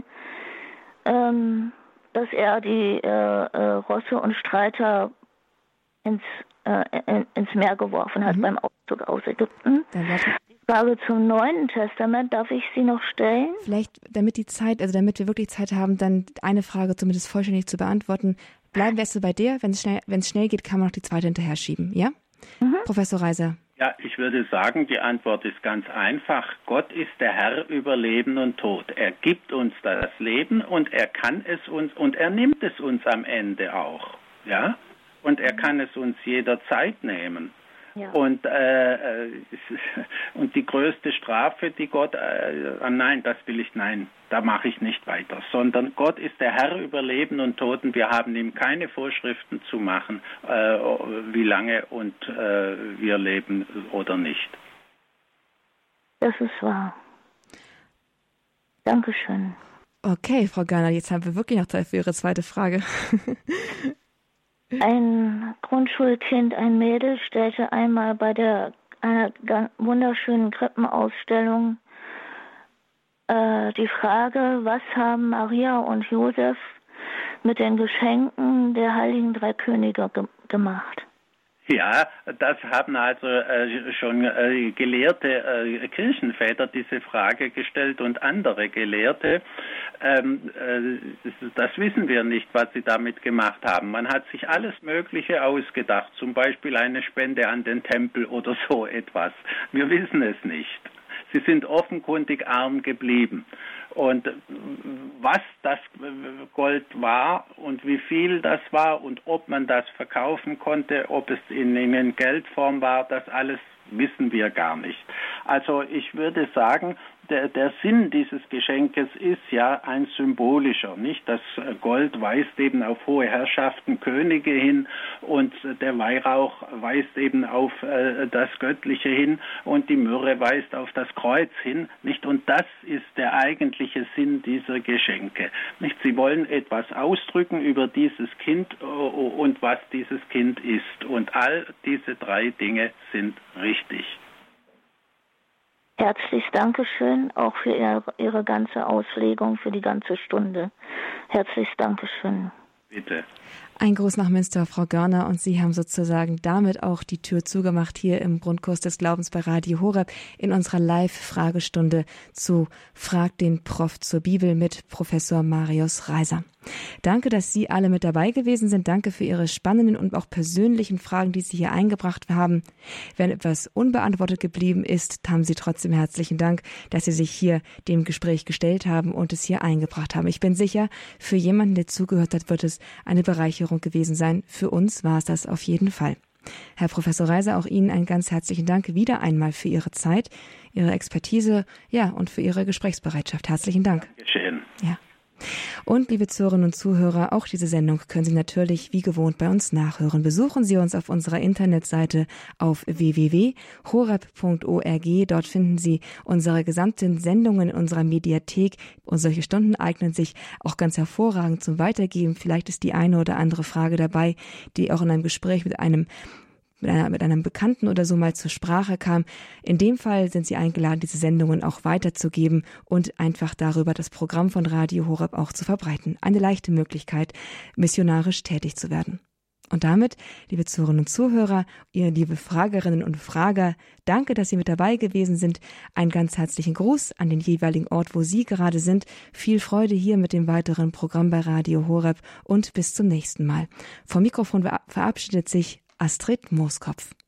dass er die Rosse und Streiter ins Meer geworfen hat beim Auszug aus Ägypten. Die Frage zum Neuen Testament, darf ich sie noch stellen? Vielleicht, damit wir wirklich Zeit haben, dann eine Frage zumindest vollständig zu beantworten. Bleiben wir erst so bei der, wenn es schnell geht, kann man noch die zweite hinterher schieben, ja? Professor Reiser. Ja, ich würde sagen, die Antwort ist ganz einfach. Gott ist der Herr über Leben und Tod. Er gibt uns das Leben und er kann es uns und er nimmt es uns am Ende auch. Ja? Und er kann es uns jederzeit nehmen. Ja. Und die größte Strafe, die Gott, da mache ich nicht weiter, sondern Gott ist der Herr über Leben und Tod und wir haben ihm keine Vorschriften zu machen, wie lange und wir leben oder nicht. Das ist wahr. Dankeschön. Okay, Frau Görner, jetzt haben wir wirklich noch Zeit für Ihre zweite Frage. Ein Grundschulkind, ein Mädel, stellte einmal bei der einer wunderschönen Krippenausstellung die Frage, was haben Maria und Josef mit den Geschenken der Heiligen Drei Könige gemacht? Ja, das haben also schon gelehrte Kirchenväter diese Frage gestellt und andere Gelehrte. Das wissen wir nicht, was sie damit gemacht haben. Man hat sich alles Mögliche ausgedacht, zum Beispiel eine Spende an den Tempel oder so etwas. Wir wissen es nicht. Sie sind offenkundig arm geblieben. Und was das Gold war und wie viel das war und ob man das verkaufen konnte, ob es in Geldform war, das alles wissen wir gar nicht. Also ich würde sagen, der Sinn dieses Geschenkes ist ja ein symbolischer, nicht? Das Gold weist eben auf hohe Herrschaften, Könige hin und der Weihrauch weist eben auf das Göttliche hin und die Myrrhe weist auf das Kreuz hin, nicht? Und das ist der eigentliche Sinn dieser Geschenke, nicht? Sie wollen etwas ausdrücken über dieses Kind und was dieses Kind ist. Und all diese drei Dinge sind richtig. Herzlich Dankeschön, auch für Ihre ganze Auslegung, für die ganze Stunde. Herzlich Dankeschön. Bitte. Ein Gruß nach Münster, Frau Görner, und Sie haben sozusagen damit auch die Tür zugemacht hier im Grundkurs des Glaubens bei Radio Horeb in unserer Live-Fragestunde zu Frag den Prof zur Bibel mit Professor Marius Reiser. Danke, dass Sie alle mit dabei gewesen sind. Danke für Ihre spannenden und auch persönlichen Fragen, die Sie hier eingebracht haben. Wenn etwas unbeantwortet geblieben ist, haben Sie trotzdem herzlichen Dank, dass Sie sich hier dem Gespräch gestellt haben und es hier eingebracht haben. Ich bin sicher, für jemanden, der zugehört hat, wird es eine Bereicherung gewesen sein. Für uns war es das auf jeden Fall. Herr Professor Reiser, auch Ihnen einen ganz herzlichen Dank wieder einmal für Ihre Zeit, Ihre Expertise, ja, und für Ihre Gesprächsbereitschaft. Herzlichen Dank. Geschehen. Ja. Und liebe Zuhörerinnen und Zuhörer, auch diese Sendung können Sie natürlich wie gewohnt bei uns nachhören. Besuchen Sie uns auf unserer Internetseite auf www.horeb.org. Dort finden Sie unsere gesamten Sendungen in unserer Mediathek. Und solche Stunden eignen sich auch ganz hervorragend zum Weitergeben. Vielleicht ist die eine oder andere Frage dabei, die auch in einem Gespräch mit einem Bekannten oder so mal zur Sprache kam. In dem Fall sind Sie eingeladen, diese Sendungen auch weiterzugeben und einfach darüber das Programm von Radio Horeb auch zu verbreiten. Eine leichte Möglichkeit, missionarisch tätig zu werden. Und damit, liebe Zuhörerinnen und Zuhörer, ihr liebe Fragerinnen und Frager, danke, dass Sie mit dabei gewesen sind. Einen ganz herzlichen Gruß an den jeweiligen Ort, wo Sie gerade sind. Viel Freude hier mit dem weiteren Programm bei Radio Horeb und bis zum nächsten Mal. Vom Mikrofon verabschiedet sich Astrid Mooskopf.